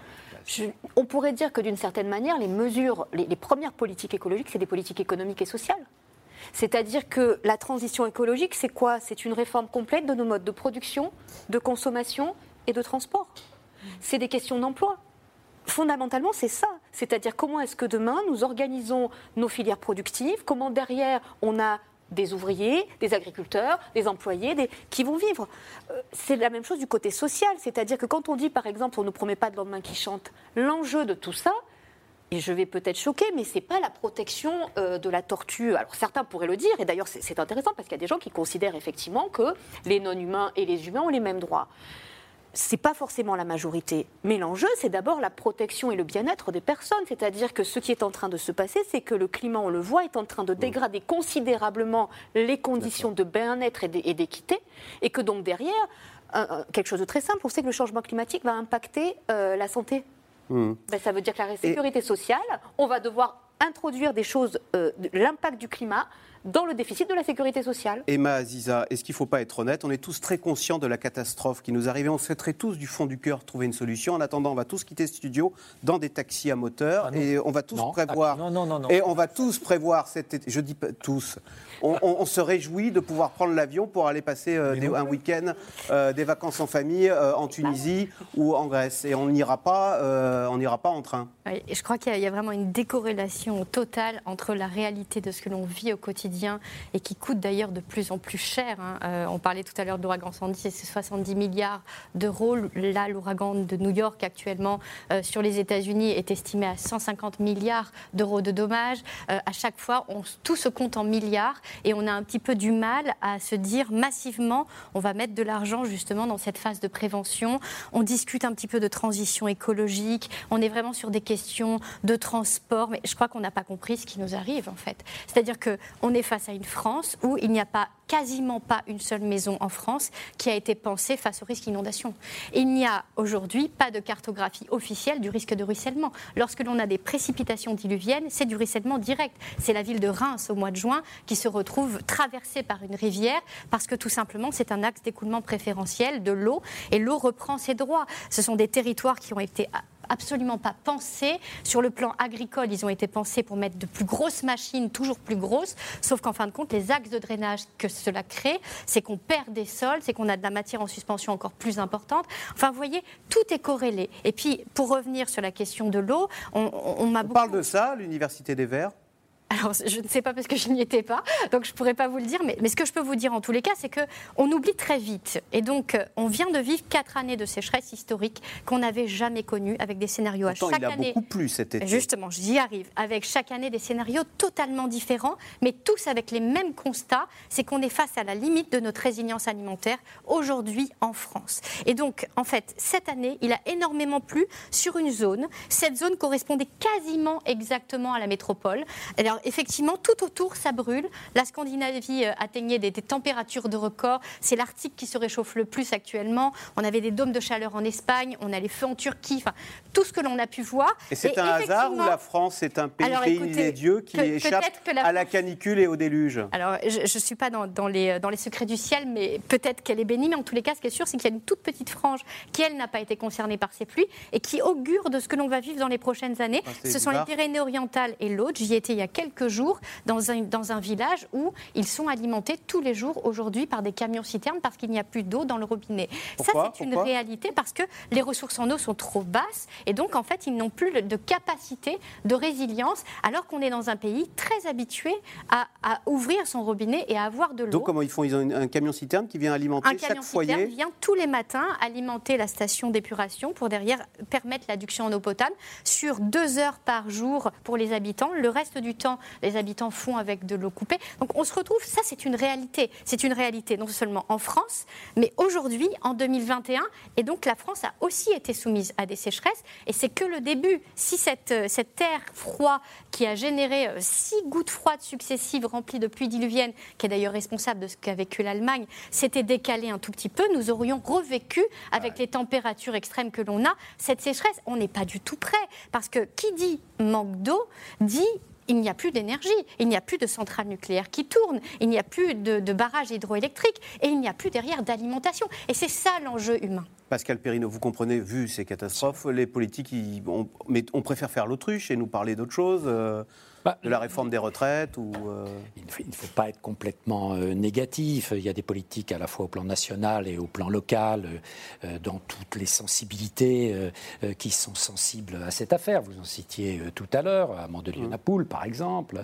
On pourrait dire que d'une certaine manière, les premières politiques écologiques, c'est des politiques économiques et sociales. C'est-à-dire que la transition écologique, c'est quoi ? C'est une réforme complète de nos modes de production, de consommation et de transport. C'est des questions d'emploi. Fondamentalement, c'est ça. C'est-à-dire comment est-ce que demain, nous organisons nos filières productives, comment derrière, on a des ouvriers, des agriculteurs, des employés qui vont vivre. C'est la même chose du côté social. C'est-à-dire que quand on dit, par exemple, on ne nous promet pas de lendemain qui chante, l'enjeu de tout ça, et je vais peut-être choquer, mais ce n'est pas la protection de la tortue. Alors certains pourraient le dire, et d'ailleurs c'est intéressant parce qu'il y a des gens qui considèrent effectivement que les non-humains et les humains ont les mêmes droits. Ce n'est pas forcément la majorité, mais l'enjeu c'est d'abord la protection et le bien-être des personnes. C'est-à-dire que ce qui est en train de se passer, c'est que le climat, on le voit, est en train de dégrader considérablement les conditions de bien-être et d'équité, et que donc derrière, quelque chose de très simple, on sait que le changement climatique va impacter la santé. Ça veut dire que la sécurité sociale, on va devoir introduire des choses, l'impact du climat, dans le déficit de la sécurité sociale. Emma Aziza, est-ce qu'il ne faut pas être honnête ? On est tous très conscients de la catastrophe qui nous arrive. On souhaiterait tous du fond du cœur trouver une solution. En attendant, on va tous quitter ce studio dans des taxis à moteur et on va tous prévoir. Non. Et on va tous prévoir cet été. Je dis pas tous. On se réjouit de pouvoir prendre l'avion pour aller passer un week-end, des vacances en famille en Tunisie ou en Grèce. Et on n'ira pas en train. Oui, et je crois qu'il y a vraiment une décorrélation totale entre la réalité de ce que l'on vit au quotidien et qui coûte d'ailleurs de plus en plus cher. On parlait tout à l'heure de l'ouragan Sandy, c'est 70 milliards d'euros. Là, l'ouragan de New York actuellement sur les États-Unis est estimé à 150 milliards d'euros de dommages. À chaque fois, tout se compte en milliards et on a un petit peu du mal à se dire massivement, on va mettre de l'argent justement dans cette phase de prévention. On discute un petit peu de transition écologique. On est vraiment sur des questions de transport, mais je crois qu'on n'a pas compris ce qui nous arrive en fait. C'est-à-dire qu'on est face à une France où il n'y a quasiment pas une seule maison en France qui a été pensée face au risque d'inondation. Il n'y a aujourd'hui pas de cartographie officielle du risque de ruissellement. Lorsque l'on a des précipitations diluviennes, c'est du ruissellement direct. C'est la ville de Reims au mois de juin qui se retrouve traversée par une rivière parce que tout simplement c'est un axe d'écoulement préférentiel de l'eau et l'eau reprend ses droits. Ce sont des territoires qui ont été absolument pas pensés. Sur le plan agricole, ils ont été pensés pour mettre de plus grosses machines, toujours plus grosses, sauf qu'en fin de compte, les axes de drainage que cela crée, c'est qu'on perd des sols, c'est qu'on a de la matière en suspension encore plus importante. Enfin, vous voyez, tout est corrélé. Et puis, pour revenir sur la question de l'eau, on parle de ça, l'Université des Verts ? Alors, je ne sais pas parce que je n'y étais pas, donc je ne pourrais pas vous le dire. Mais ce que je peux vous dire en tous les cas, c'est qu'on oublie très vite. Et donc, on vient de vivre 4 années de sécheresse historique qu'on n'avait jamais connues, avec des scénarios Pourtant, à chaque année. Il a beaucoup plu cet été. Justement, j'y arrive. Avec chaque année des scénarios totalement différents, mais tous avec les mêmes constats. C'est qu'on est face à la limite de notre résilience alimentaire aujourd'hui en France. Et donc, en fait, cette année, il a énormément plu sur une zone. Cette zone correspondait quasiment exactement à la métropole. Alors, effectivement, tout autour, ça brûle. La Scandinavie atteignait des températures de record. C'est l'Arctique qui se réchauffe le plus actuellement. On avait des dômes de chaleur en Espagne. On a les feux en Turquie. Enfin, tout ce que l'on a pu voir. Et c'est un hasard ou la France est un pays des dieux qui échappe à la canicule et au déluge? Alors, je ne suis pas dans les secrets du ciel, mais peut-être qu'elle est bénie. Mais en tous les cas, ce qui est sûr, c'est qu'il y a une toute petite frange qui, elle, n'a pas été concernée par ces pluies et qui augure de ce que l'on va vivre dans les prochaines années. Ce sont les Pyrénées-Orientales et l'Aude. J'y étais il y a quelques jours dans un village où ils sont alimentés tous les jours aujourd'hui par des camions-citernes parce qu'il n'y a plus d'eau dans le robinet. Pourquoi C'est une réalité parce que les ressources en eau sont trop basses et donc en fait ils n'ont plus de capacité de résilience alors qu'on est dans un pays très habitué à ouvrir son robinet et à avoir de l'eau. Donc comment ils font? Ils ont un camion-citerne qui vient alimenter chaque foyer? Un camion-citerne vient tous les matins alimenter la station d'épuration pour derrière permettre l'adduction en eau potable sur 2 heures par jour pour les habitants. Le reste du temps, les habitants font avec de l'eau coupée. Donc on se retrouve, ça c'est une réalité. C'est une réalité non seulement en France, mais aujourd'hui, en 2021. Et donc la France a aussi été soumise à des sécheresses. Et c'est que le début. Si cet air froid qui a généré 6 gouttes froides successives remplies de pluies diluviennes, qui est d'ailleurs responsable de ce qu'a vécu l'Allemagne, s'était décalé un tout petit peu, nous aurions revécu, avec les températures extrêmes que l'on a, cette sécheresse. On n'est pas du tout prêt. Parce que qui dit manque d'eau, dit il n'y a plus d'énergie, il n'y a plus de centrales nucléaires qui tournent, il n'y a plus de barrages hydroélectriques et il n'y a plus derrière d'alimentation. Et c'est ça l'enjeu humain. Pascal Perrineau, vous comprenez, vu ces catastrophes, les politiques, on préfère faire l'autruche et nous parler d'autre chose, de la réforme des retraites ou Il ne faut pas être complètement négatif. Il y a des politiques à la fois au plan national et au plan local, dans toutes les sensibilités qui sont sensibles à cette affaire. Vous en citiez tout à l'heure, à Mandelieu-Napoule, par exemple.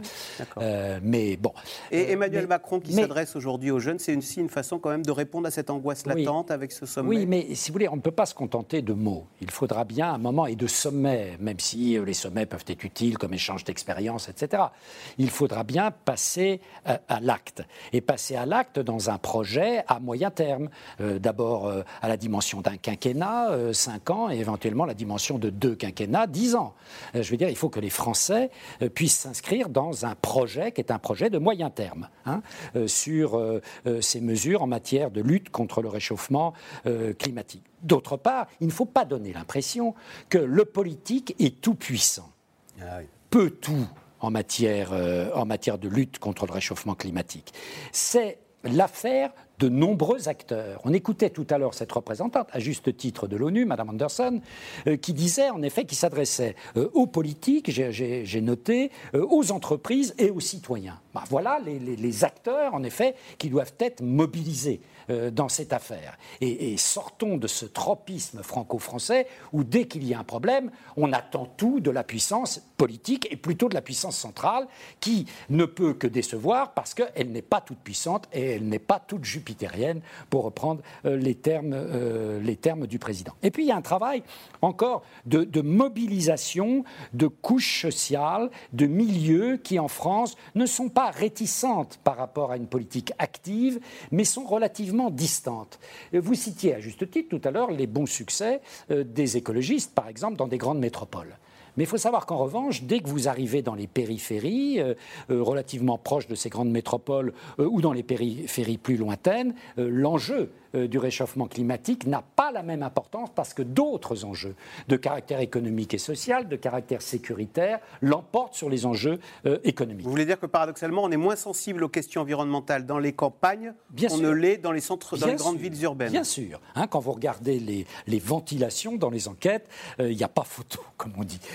Mais bon. Et Emmanuel Macron qui s'adresse aujourd'hui aux jeunes, c'est aussi une façon quand même de répondre à cette angoisse latente avec ce sommet. Oui, mais si vous voulez, on ne peut pas se contenter de mots. Il faudra bien un moment, et de sommets, même si les sommets peuvent être utiles comme échange d'expériences, etc. Il faudra bien passer à l'acte. Et passer à l'acte dans un projet à moyen terme. D'abord à la dimension d'un quinquennat, 5 ans, et éventuellement la dimension de 2 quinquennats, 10 ans. Je veux dire, il faut que les Français puissent s'inscrire dans un projet qui est un projet de moyen terme, sur ces mesures en matière de lutte contre le réchauffement climatique. D'autre part, il ne faut pas donner l'impression que le politique est tout puissant, peut tout en matière de lutte contre le réchauffement climatique. C'est l'affaire de nombreux acteurs. On écoutait tout à l'heure cette représentante, à juste titre de l'ONU, Mme Anderson, qui disait en effet qu'il s'adressait aux politiques, j'ai noté, aux entreprises et aux citoyens. Voilà les acteurs, en effet, qui doivent être mobilisés dans cette affaire. Et sortons de ce tropisme franco-français où dès qu'il y a un problème, on attend tout de la puissance politique et plutôt de la puissance centrale qui ne peut que décevoir parce qu'elle n'est pas toute puissante et elle n'est pas toute jupitérienne, pour reprendre les termes du président. Et puis il y a un travail encore de mobilisation de couches sociales, de milieux qui en France ne sont pas réticentes par rapport à une politique active, mais sont relativement distantes. Vous citiez à juste titre tout à l'heure les bons succès des écologistes, par exemple, dans des grandes métropoles. Mais il faut savoir qu'en revanche, dès que vous arrivez dans les périphéries, relativement proches de ces grandes métropoles ou dans les périphéries plus lointaines, l'enjeu du réchauffement climatique n'a pas la même importance parce que d'autres enjeux de caractère économique et social, de caractère sécuritaire, l'emportent sur les enjeux économiques. Vous voulez dire que paradoxalement, on est moins sensible aux questions environnementales dans les campagnes qu'on ne l'est dans les centres, dans les grandes villes urbaines? Bien sûr. Quand vous regardez les ventilations dans les enquêtes, il n'y a pas photo, comme on dit.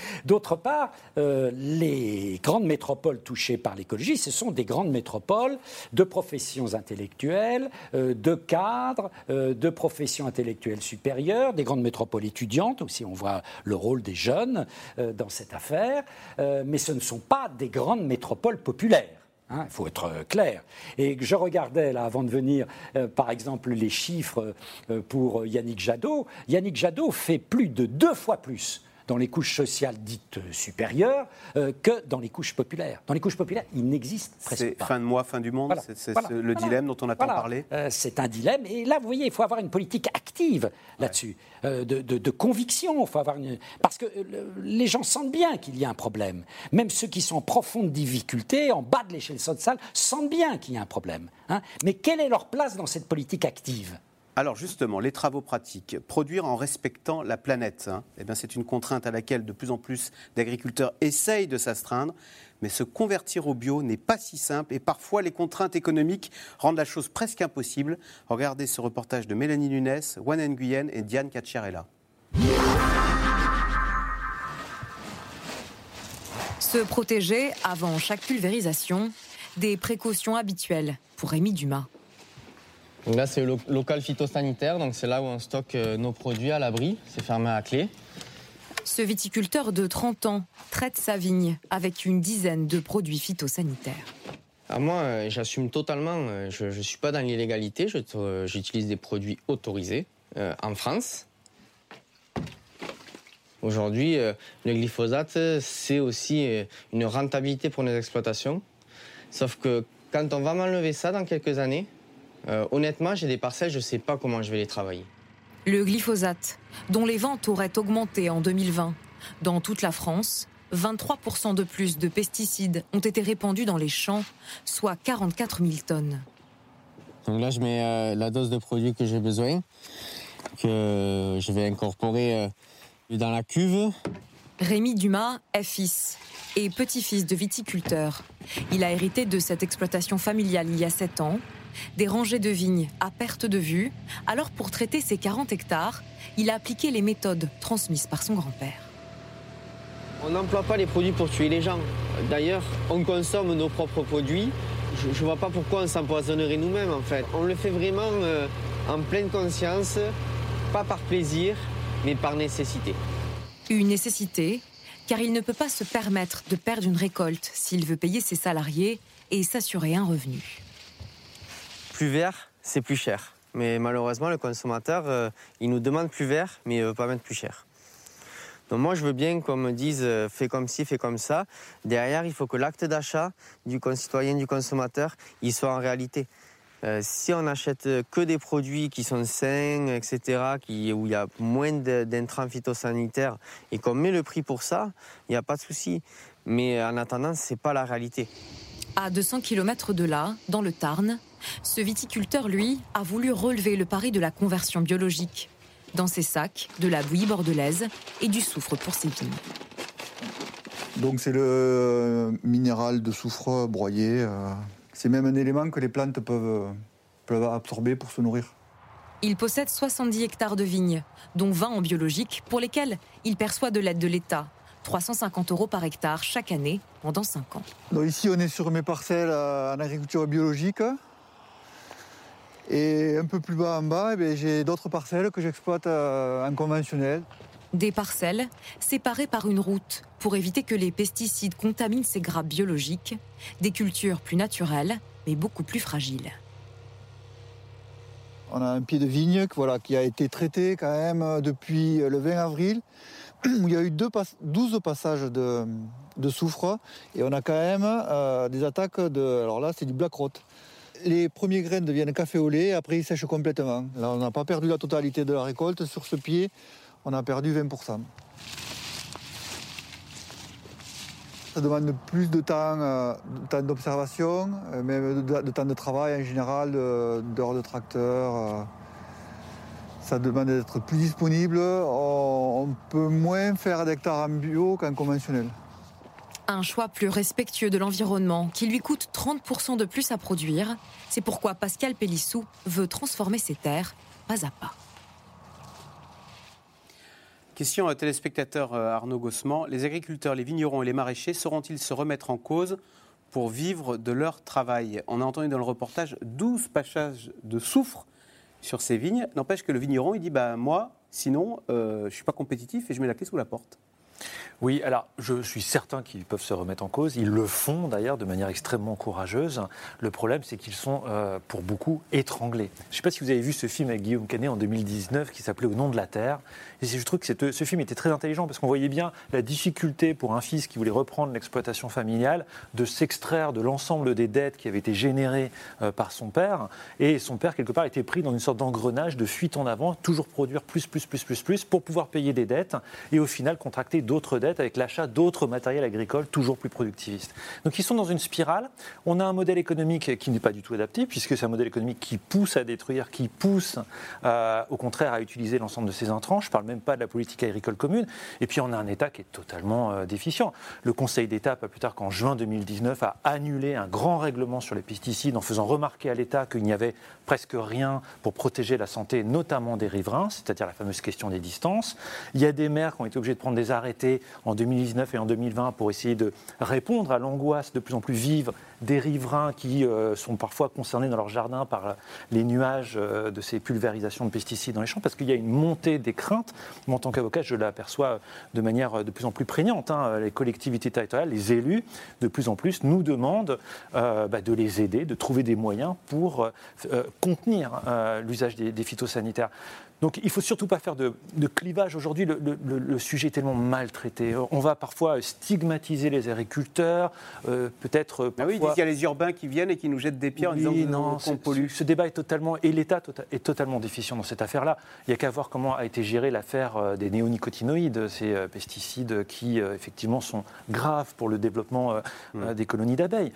D'autre part, les grandes métropoles touchées par l'écologie, ce sont des grandes métropoles de professions intellectuelles, de cadres, de professions intellectuelles supérieures, des grandes métropoles étudiantes aussi, on voit le rôle des jeunes dans cette affaire, mais ce ne sont pas des grandes métropoles populaires. Il faut être clair. Et je regardais, là, avant de venir, par exemple, les chiffres pour Yannick Jadot. Yannick Jadot fait plus de 2 fois plus dans les couches sociales dites supérieures que dans les couches populaires. Dans les couches populaires, il n'existe presque pas. C'est fin de mois, fin du monde, voilà. Le dilemme dont on a tant parlé. C'est un dilemme. Et là, vous voyez, il faut avoir une politique active là-dessus, de conviction. Faut avoir parce que les gens sentent bien qu'il y a un problème. Même ceux qui sont en profonde difficulté, en bas de l'échelle sociale, sentent bien qu'il y a un problème. Mais quelle est leur place dans cette politique active ? Alors justement, les travaux pratiques, produire en respectant la planète, c'est une contrainte à laquelle de plus en plus d'agriculteurs essayent de s'astreindre, mais se convertir au bio n'est pas si simple et parfois les contraintes économiques rendent la chose presque impossible. Regardez ce reportage de Mélanie Nunes, Wan Nguyen et Diane Cacciarella. Se protéger avant chaque pulvérisation, des précautions habituelles pour Rémi Dumas. Donc là, c'est le local phytosanitaire, donc c'est là où on stocke nos produits à l'abri, c'est fermé à clé. Ce viticulteur de 30 ans traite sa vigne avec une dizaine de produits phytosanitaires. Alors moi, j'assume totalement, je ne suis pas dans l'illégalité, j'utilise des produits autorisés en France. Aujourd'hui, le glyphosate, c'est aussi une rentabilité pour nos exploitations. Sauf que quand on va m'enlever ça dans quelques années, honnêtement, j'ai des parcelles, je ne sais pas comment je vais les travailler. Le glyphosate, dont les ventes auraient augmenté en 2020. Dans toute la France, 23% de plus de pesticides ont été répandus dans les champs, soit 44 000 tonnes. Donc là, je mets la dose de produit que j'ai besoin, que je vais incorporer dans la cuve. Rémi Dumas est fils et petit-fils de viticulteur. Il a hérité de cette exploitation familiale il y a 7 ans. Des rangées de vignes à perte de vue. Alors pour traiter ses 40 hectares, il a appliqué les méthodes transmises par son grand-père. On n'emploie pas les produits pour tuer les gens. D'ailleurs, on consomme nos propres produits. Je ne vois pas pourquoi on s'empoisonnerait nous-mêmes en fait. On le fait vraiment en pleine conscience, pas par plaisir, mais par nécessité. Une nécessité, car il ne peut pas se permettre de perdre une récolte s'il veut payer ses salariés et s'assurer un revenu. Plus vert, c'est plus cher. Mais malheureusement, le consommateur, il nous demande plus vert, mais il ne veut pas mettre plus cher. Donc moi, je veux bien qu'on me dise fais comme ci, fais comme ça. Derrière, il faut que l'acte d'achat du concitoyen, du consommateur, il soit en réalité. Si on n'achète que des produits qui sont sains, etc., où il y a moins d'intrants phytosanitaires et qu'on met le prix pour ça, il n'y a pas de souci. Mais en attendant, ce n'est pas la réalité. À 200 km de là, dans le Tarn, ce viticulteur, lui, a voulu relever le pari de la conversion biologique. Dans ses sacs, de la bouillie bordelaise et du soufre pour ses vignes. Donc c'est le minéral de soufre broyé. C'est même un élément que les plantes peuvent absorber pour se nourrir. Il possède 70 hectares de vignes, dont 20 en biologique, pour lesquels il perçoit de l'aide de l'État. 350 € par hectare chaque année pendant 5 ans. Donc ici, on est sur mes parcelles en agriculture biologique. Et un peu plus bas en bas, j'ai d'autres parcelles que j'exploite en conventionnel. Des parcelles séparées par une route pour éviter que les pesticides contaminent ces grappes biologiques. Des cultures plus naturelles, mais beaucoup plus fragiles. On a un pied de vigne qui a été traité quand même depuis le 20 avril, où il y a eu 12 passages de soufre. Et on a quand même des attaques alors là, c'est du black rot. Les premiers grains deviennent café au lait, après ils sèchent complètement. Là, on n'a pas perdu la totalité de la récolte. Sur ce pied, on a perdu 20%. Ça demande plus de temps d'observation, même de temps de travail en général, d'heures de tracteur. Ça demande d'être plus disponible. On peut moins faire d'hectares en bio qu'en conventionnel. Un choix plus respectueux de l'environnement qui lui coûte 30% de plus à produire. C'est pourquoi Pascal Pélissou veut transformer ses terres pas à pas. Question téléspectateur Arnaud Gossement. Les agriculteurs, les vignerons et les maraîchers sauront-ils se remettre en cause pour vivre de leur travail? On a entendu dans le reportage 12 passages de soufre sur ces vignes. N'empêche que le vigneron, il dit moi, sinon, je ne suis pas compétitif et je mets la clé sous la porte. Oui, alors je suis certain qu'ils peuvent se remettre en cause. Ils le font d'ailleurs de manière extrêmement courageuse. Le problème, c'est qu'ils sont pour beaucoup étranglés. Je ne sais pas si vous avez vu ce film avec Guillaume Canet en 2019 qui s'appelait Au nom de la terre. Et je trouve que ce film était très intelligent parce qu'on voyait bien la difficulté pour un fils qui voulait reprendre l'exploitation familiale de s'extraire de l'ensemble des dettes qui avaient été générées par son père. Et son père, quelque part, était pris dans une sorte d'engrenage de fuite en avant, toujours produire plus pour pouvoir payer des dettes et au final contracter d'autres dettes avec l'achat d'autres matériels agricoles toujours plus productivistes. Donc ils sont dans une spirale. On a un modèle économique qui n'est pas du tout adapté puisque c'est un modèle économique qui pousse à détruire, qui pousse au contraire à utiliser l'ensemble de ces intrants. Je ne parle même pas de la politique agricole commune. Et puis on a un État qui est totalement déficient. Le Conseil d'État, pas plus tard qu'en juin 2019, a annulé un grand règlement sur les pesticides en faisant remarquer à l'État qu'il n'y avait presque rien pour protéger la santé, notamment des riverains, c'est-à-dire la fameuse question des distances. Il y a des maires qui ont été obligés de prendre des arrêtés en 2019 et en 2020 pour essayer de répondre à l'angoisse de plus en plus vive des riverains qui sont parfois concernés dans leur jardin par les nuages de ces pulvérisations de pesticides dans les champs, parce qu'il y a une montée des craintes. Moi, en tant qu'avocat, je l'aperçois de manière de plus en plus prégnante. Les collectivités territoriales, les élus, de plus en plus, nous demandent de les aider, de trouver des moyens pour contenir l'usage des phytosanitaires. Donc il ne faut surtout pas faire de clivage. Aujourd'hui, le sujet est tellement maltraité. On va parfois stigmatiser les agriculteurs, peut-être parfois... Oui, il y a les urbains qui viennent et qui nous jettent des pierres en disant qu'on pollue. Ce débat est totalement... Et l'État est totalement déficient dans cette affaire-là. Il n'y a qu'à voir comment a été gérée l'affaire des néonicotinoïdes, ces pesticides qui, effectivement, sont graves pour le développement des colonies d'abeilles.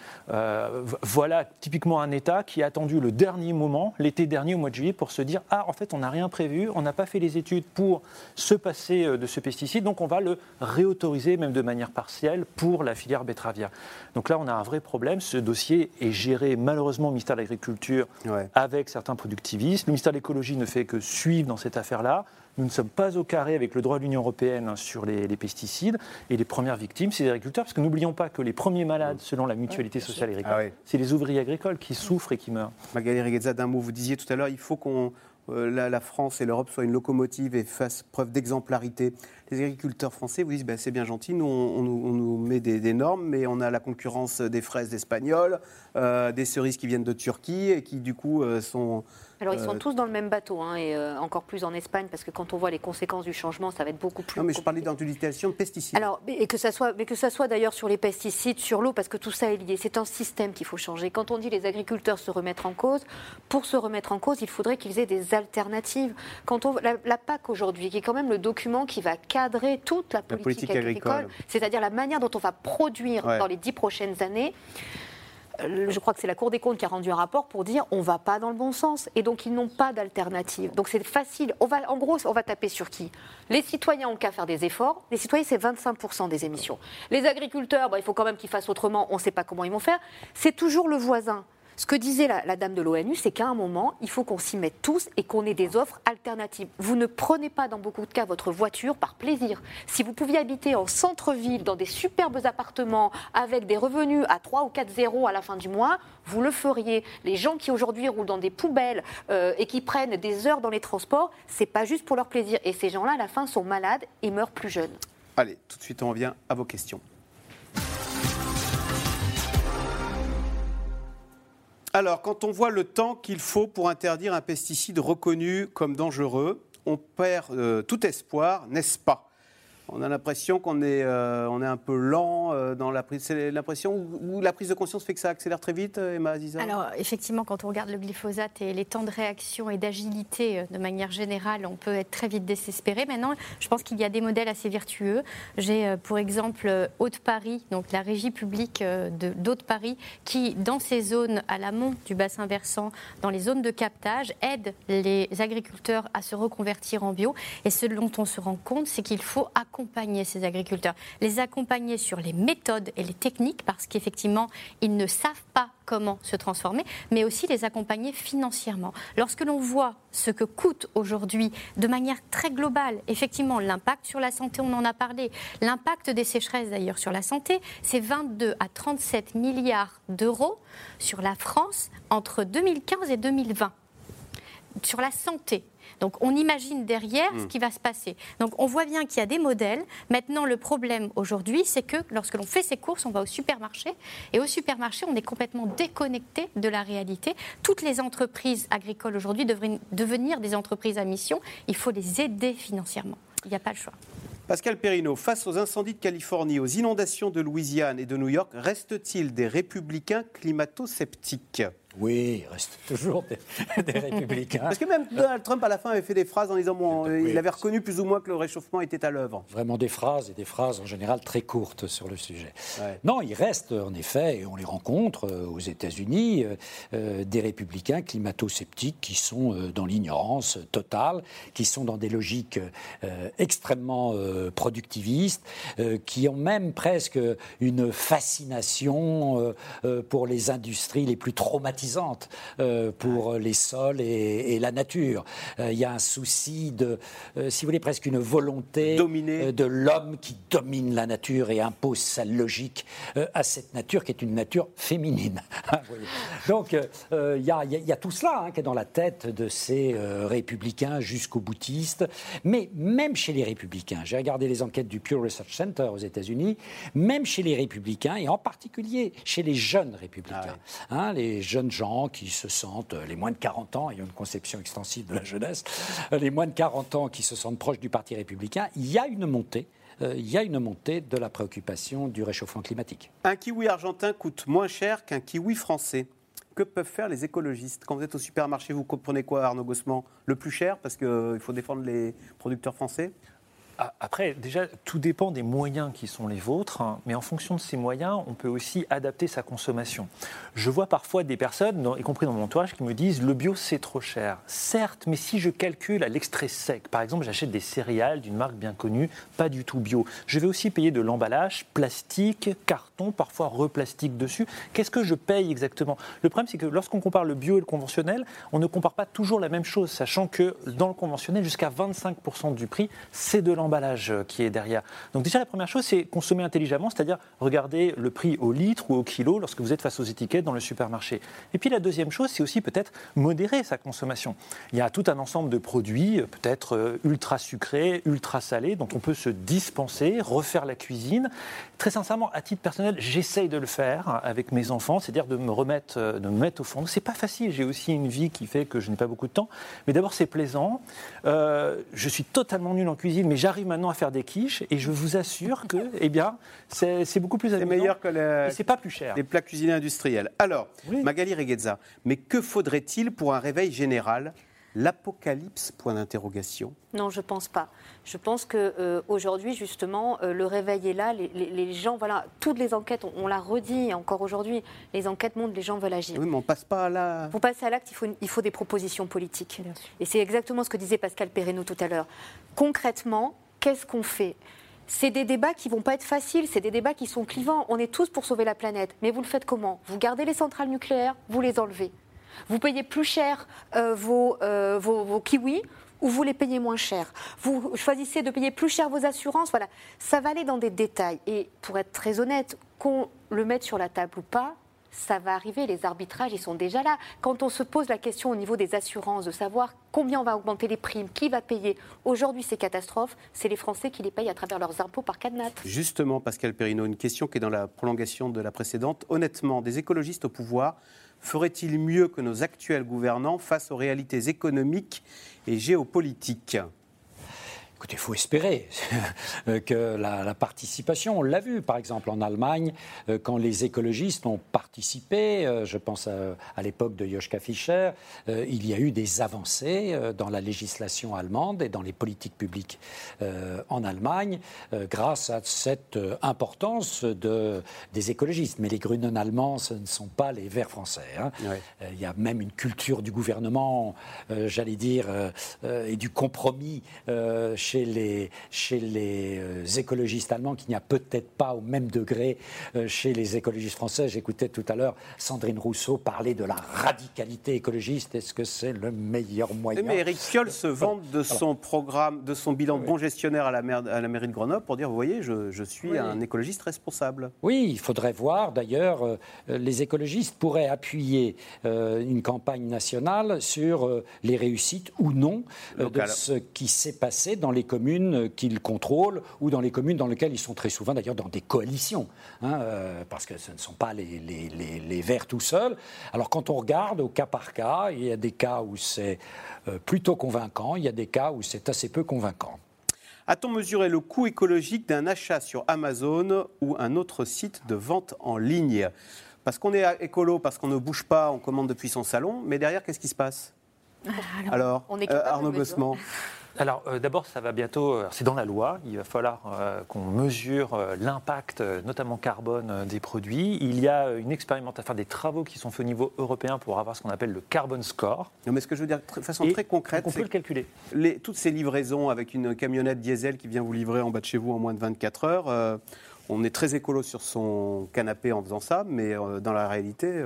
Voilà typiquement un État qui a attendu le dernier moment, l'été dernier, au mois de juillet, pour se dire « Ah, en fait, on n'a rien prévu. On n'a pas fait les études pour se passer de ce pesticide, donc on va le réautoriser, même de manière partielle, pour la filière betteravière. » Donc là, on a un vrai problème. Ce dossier est géré malheureusement au ministère de l'Agriculture avec certains productivistes. Le ministère de l'Écologie ne fait que suivre dans cette affaire-là. Nous ne sommes pas au carré avec le droit de l'Union européenne sur les pesticides. Et les premières victimes, c'est les agriculteurs, parce que n'oublions pas que les premiers malades, selon la mutualité sociale agricole, c'est les ouvriers agricoles qui souffrent et qui meurent. Magali Reguezza, d'un mot, vous disiez tout à l'heure, il faut qu'on... la France et l'Europe soient une locomotive et fassent preuve d'exemplarité. Les agriculteurs français vous disent c'est bien gentil, nous on nous met des normes, mais on a la concurrence des fraises espagnoles, des cerises qui viennent de Turquie et qui du coup sont... Alors ils sont tous dans le même bateau, et encore plus en Espagne, parce que quand on voit les conséquences du changement, ça va être beaucoup plus... Non, mais je parlais d'utilisation de pesticides. Alors, mais que ça soit d'ailleurs sur les pesticides, sur l'eau, parce que tout ça est lié. C'est un système qu'il faut changer. Quand on dit les agriculteurs se remettre en cause, pour se remettre en cause, il faudrait qu'ils aient des alternatives. Quand on la PAC aujourd'hui, qui est quand même le document qui va cadrer toute la politique agricole, c'est-à-dire la manière dont on va produire dans les 10 prochaines années. Je crois que c'est la Cour des comptes qui a rendu un rapport pour dire on ne va pas dans le bon sens. Et donc, ils n'ont pas d'alternative. Donc, c'est facile. En gros, on va taper sur qui? Les citoyens ont qu'à faire des efforts. Les citoyens, c'est 25% des émissions. Les agriculteurs, il faut quand même qu'ils fassent autrement. On ne sait pas comment ils vont faire. C'est toujours le voisin. Ce que disait la dame de l'ONU, c'est qu'à un moment, il faut qu'on s'y mette tous et qu'on ait des offres alternatives. Vous ne prenez pas, dans beaucoup de cas, votre voiture par plaisir. Si vous pouviez habiter en centre-ville, dans des superbes appartements, avec des revenus à 3 ou 4 zéros à la fin du mois, vous le feriez. Les gens qui aujourd'hui roulent dans des poubelles et qui prennent des heures dans les transports, c'est pas juste pour leur plaisir. Et ces gens-là, à la fin, sont malades et meurent plus jeunes. Allez, tout de suite, on revient à vos questions. Alors, quand on voit le temps qu'il faut pour interdire un pesticide reconnu comme dangereux, on perd tout espoir, n'est-ce pas ? On a l'impression qu'on est un peu lent dans la prise. C'est l'impression où la prise de conscience fait que ça accélère très vite, Emma Aziza ? Alors, effectivement, quand on regarde le glyphosate et les temps de réaction et d'agilité, de manière générale, on peut être très vite désespéré. Maintenant, je pense qu'il y a des modèles assez vertueux. J'ai, pour exemple, Haute-Paris, donc la régie publique d'Haute-Paris, qui, dans ces zones à l'amont du bassin versant, dans les zones de captage, aide les agriculteurs à se reconvertir en bio. Et ce dont on se rend compte, c'est qu'il faut accompagner accompagner ces agriculteurs, les accompagner sur les méthodes et les techniques, parce qu'effectivement, ils ne savent pas comment se transformer, mais aussi les accompagner financièrement. Lorsque l'on voit ce que coûte aujourd'hui, de manière très globale, effectivement, l'impact sur la santé, on en a parlé, l'impact des sécheresses d'ailleurs sur la santé, c'est 22 à 37 milliards d'euros sur la France entre 2015 et 2020, sur la santé. Donc on imagine derrière ce qui va se passer. Donc on voit bien qu'il y a des modèles. Maintenant, le problème aujourd'hui, c'est que lorsque l'on fait ses courses, on va au supermarché. Et au supermarché, on est complètement déconnecté de la réalité. Toutes les entreprises agricoles aujourd'hui devraient devenir des entreprises à mission. Il faut les aider financièrement. Il n'y a pas le choix. Pascal Perrineau, face aux incendies de Californie, aux inondations de Louisiane et de New York, reste-t-il des républicains climato-sceptiques ? Oui, il reste toujours des républicains. Parce que même Donald Trump, à la fin, avait fait des phrases en disant il avait reconnu plus ou moins que le réchauffement était à l'œuvre. Vraiment des phrases, et des phrases en général très courtes sur le sujet. Ouais. Non, il reste en effet, et on les rencontre aux États-Unis, des républicains climato-sceptiques qui sont dans l'ignorance totale, qui sont dans des logiques extrêmement productivistes, qui ont même presque une fascination pour les industries les plus traumatisantes pour les sols et la nature. Il y a un souci de, si vous voulez, presque une volonté de l'homme qui domine la nature et impose sa logique à cette nature qui est une nature féminine. Donc il y a tout cela qui est dans la tête de ces républicains jusqu'au boutistes. Mais même chez les républicains, j'ai regardé les enquêtes du Pew Research Center aux États-Unis, même chez les républicains et en particulier chez les jeunes républicains, les jeunes gens qui se sentent, les moins de 40 ans, ayant une conception extensive de la jeunesse, les moins de 40 ans qui se sentent proches du Parti républicain, il y a une montée de la préoccupation du réchauffement climatique. Un kiwi argentin coûte moins cher qu'un kiwi français. Que peuvent faire les écologistes ? Quand vous êtes au supermarché, vous comprenez quoi, Arnaud Gossement ? Le plus cher, parce qu'il faut défendre les producteurs français ? Après, déjà, tout dépend des moyens qui sont les vôtres, mais en fonction de ces moyens, on peut aussi adapter sa consommation. Je vois parfois des personnes, y compris dans mon entourage, qui me disent « le bio, c'est trop cher ». Certes, mais si je calcule à l'extrait sec, par exemple, j'achète des céréales d'une marque bien connue, pas du tout bio, je vais aussi payer de l'emballage, plastique, carton, parfois replastique dessus. Qu'est-ce que je paye exactement ? Le problème, c'est que lorsqu'on compare le bio et le conventionnel, on ne compare pas toujours la même chose, sachant que dans le conventionnel, jusqu'à 25% du prix, c'est de l'emballage qui est derrière. Donc déjà, la première chose, c'est consommer intelligemment, c'est-à-dire regarder le prix au litre ou au kilo lorsque vous êtes face aux étiquettes dans le supermarché. Et puis la deuxième chose, c'est aussi peut-être modérer sa consommation. Il y a tout un ensemble de produits, peut-être ultra sucrés, ultra salés, dont on peut se dispenser, refaire la cuisine. Très sincèrement, à titre personnel, j'essaye de le faire avec mes enfants, c'est-à-dire de me mettre au fond. C'est pas facile, j'ai aussi une vie qui fait que je n'ai pas beaucoup de temps. Mais d'abord, c'est plaisant. Je suis totalement nul en cuisine, mais j'arrive maintenant à faire des quiches et je vous assure que c'est beaucoup plus amusant. C'est meilleur que et c'est pas plus cher. Les plats cuisinés industriels. Alors, Magali Reguezza, mais que faudrait-il pour un réveil général ? L'apocalypse ? Point d'interrogation. Non, je ne pense pas. Je pense qu'aujourd'hui, justement, le réveil est là. Les gens, voilà, toutes les enquêtes, on l'a redit encore aujourd'hui, les enquêtes montrent que les gens veulent agir. Oui, mais on ne passe pas à la... Pour passer à l'acte, il faut des propositions politiques. Et c'est exactement ce que disait Pascal Perrineau tout à l'heure. Concrètement, qu'est-ce qu'on fait ? C'est des débats qui ne vont pas être faciles, c'est des débats qui sont clivants. On est tous pour sauver la planète. Mais vous le faites comment ? Vous gardez les centrales nucléaires, vous les enlevez. Vous payez plus cher vos kiwis ou vous les payez moins cher. Vous choisissez de payer plus cher vos assurances. Voilà, ça va aller dans des détails. Et pour être très honnête, qu'on le mette sur la table ou pas, ça va arriver. Les arbitrages, ils sont déjà là. Quand on se pose la question au niveau des assurances, de savoir combien on va augmenter les primes, qui va payer, aujourd'hui ces catastrophes, c'est les Français qui les payent à travers leurs impôts par cadenas. Justement, Pascal Perrineau, une question qui est dans la prolongation de la précédente. Honnêtement, des écologistes au pouvoir ferait-il mieux que nos actuels gouvernants face aux réalités économiques et géopolitiques ? Écoutez, il faut espérer que la participation, on l'a vu par exemple en Allemagne, quand les écologistes ont participé, je pense à l'époque de Joschka Fischer, il y a eu des avancées dans la législation allemande et dans les politiques publiques en Allemagne grâce à cette importance des écologistes. Mais les Grünen allemands, ce ne sont pas les Verts français. Il y a même une culture du gouvernement, j'allais dire, et du compromis chez chez les écologistes allemands qu'il n'y a peut-être pas au même degré chez les écologistes français. J'écoutais tout à l'heure Sandrine Rousseau parler de la radicalité écologiste. Est-ce que c'est le meilleur moyen? Mais Éric Piolle se vante de son programme, de son bilan de bon gestionnaire à la mairie de Grenoble pour dire, vous voyez, je suis un écologiste responsable. Oui, il faudrait voir. D'ailleurs, les écologistes pourraient appuyer une campagne nationale sur les réussites ou non de ce qui s'est passé dans les communes qu'ils contrôlent ou dans les communes dans lesquelles ils sont très souvent d'ailleurs dans des coalitions, parce que ce ne sont pas les Verts tout seuls. Alors quand on regarde au cas par cas, il y a des cas où c'est plutôt convaincant, il y a des cas où c'est assez peu convaincant. A-t-on mesuré le coût écologique d'un achat sur Amazon ou un autre site de vente en ligne? Parce qu'on est écolo, parce qu'on ne bouge pas, on commande depuis son salon, mais derrière, qu'est-ce qui se passe? Alors, Arnaud Gossement. Alors d'abord, ça va bientôt, c'est dans la loi, il va falloir qu'on mesure l'impact, notamment carbone, des produits. Il y a une expérimentation, des travaux qui sont faits au niveau européen pour avoir ce qu'on appelle le carbon score. Non, mais ce que je veux dire de façon très concrète, on peut le calculer. Toutes ces livraisons avec une camionnette diesel qui vient vous livrer en bas de chez vous en moins de 24 heures, on est très écolo sur son canapé en faisant ça, mais dans la réalité...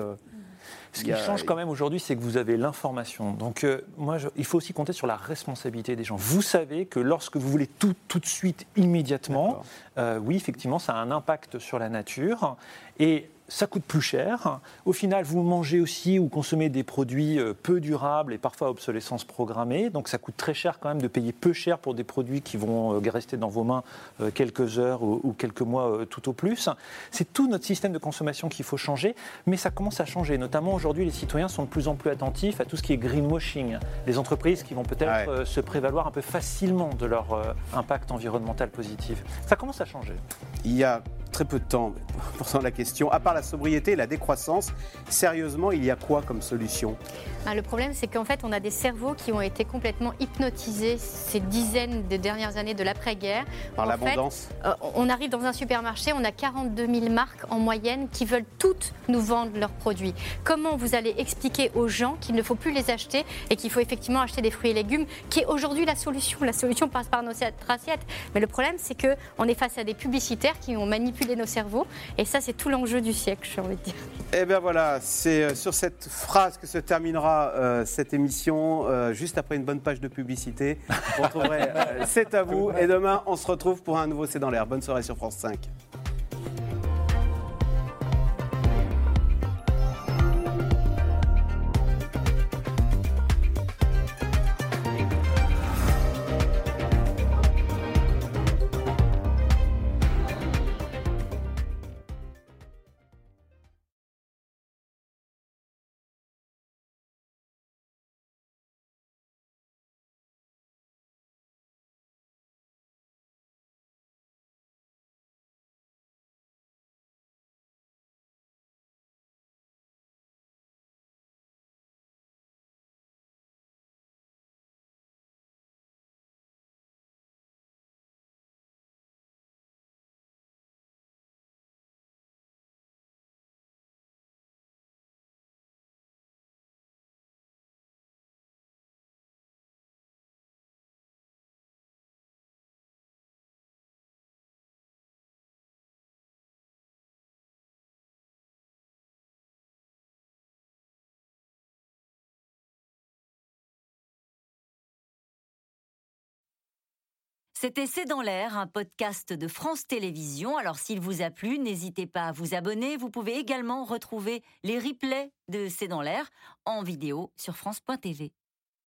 Ce qui change quand même aujourd'hui, c'est que vous avez l'information. Donc, il faut aussi compter sur la responsabilité des gens. Vous savez que lorsque vous voulez tout de suite, immédiatement, oui, effectivement, ça a un impact sur la nature. Et ça coûte plus cher. Au final, vous mangez aussi ou consommez des produits peu durables et parfois à obsolescence programmée. Donc ça coûte très cher quand même de payer peu cher pour des produits qui vont rester dans vos mains quelques heures ou quelques mois tout au plus. C'est tout notre système de consommation qu'il faut changer, mais ça commence à changer. Notamment aujourd'hui, les citoyens sont de plus en plus attentifs à tout ce qui est greenwashing. Les entreprises qui vont peut-être se prévaloir un peu facilement de leur impact environnemental positif. Ça commence à changer. Il y a très peu de temps pour la question. À part la sobriété et la décroissance, sérieusement, il y a quoi comme solution? Le problème, c'est qu'en fait, on a des cerveaux qui ont été complètement hypnotisés ces dizaines de dernières années de l'après-guerre. Par l'abondance. On arrive dans un supermarché, on a 42 000 marques en moyenne qui veulent toutes nous vendre leurs produits. Comment vous allez expliquer aux gens qu'il ne faut plus les acheter et qu'il faut effectivement acheter des fruits et légumes, qui est aujourd'hui la solution? La solution passe par notre assiette. Mais le problème, c'est qu'on est face à des publicitaires qui ont manipulé nos cerveaux. Et ça, c'est tout l'enjeu du siècle, j'ai envie de dire. Eh bien voilà, c'est sur cette phrase que se terminera cette émission, juste après une bonne page de publicité. Vous retrouverez C'est à vous. Et demain, on se retrouve pour un nouveau C'est dans l'air. Bonne soirée sur France 5. C'était C'est dans l'air, un podcast de France Télévisions. Alors s'il vous a plu, n'hésitez pas à vous abonner. Vous pouvez également retrouver les replays de C'est dans l'air en vidéo sur France.tv.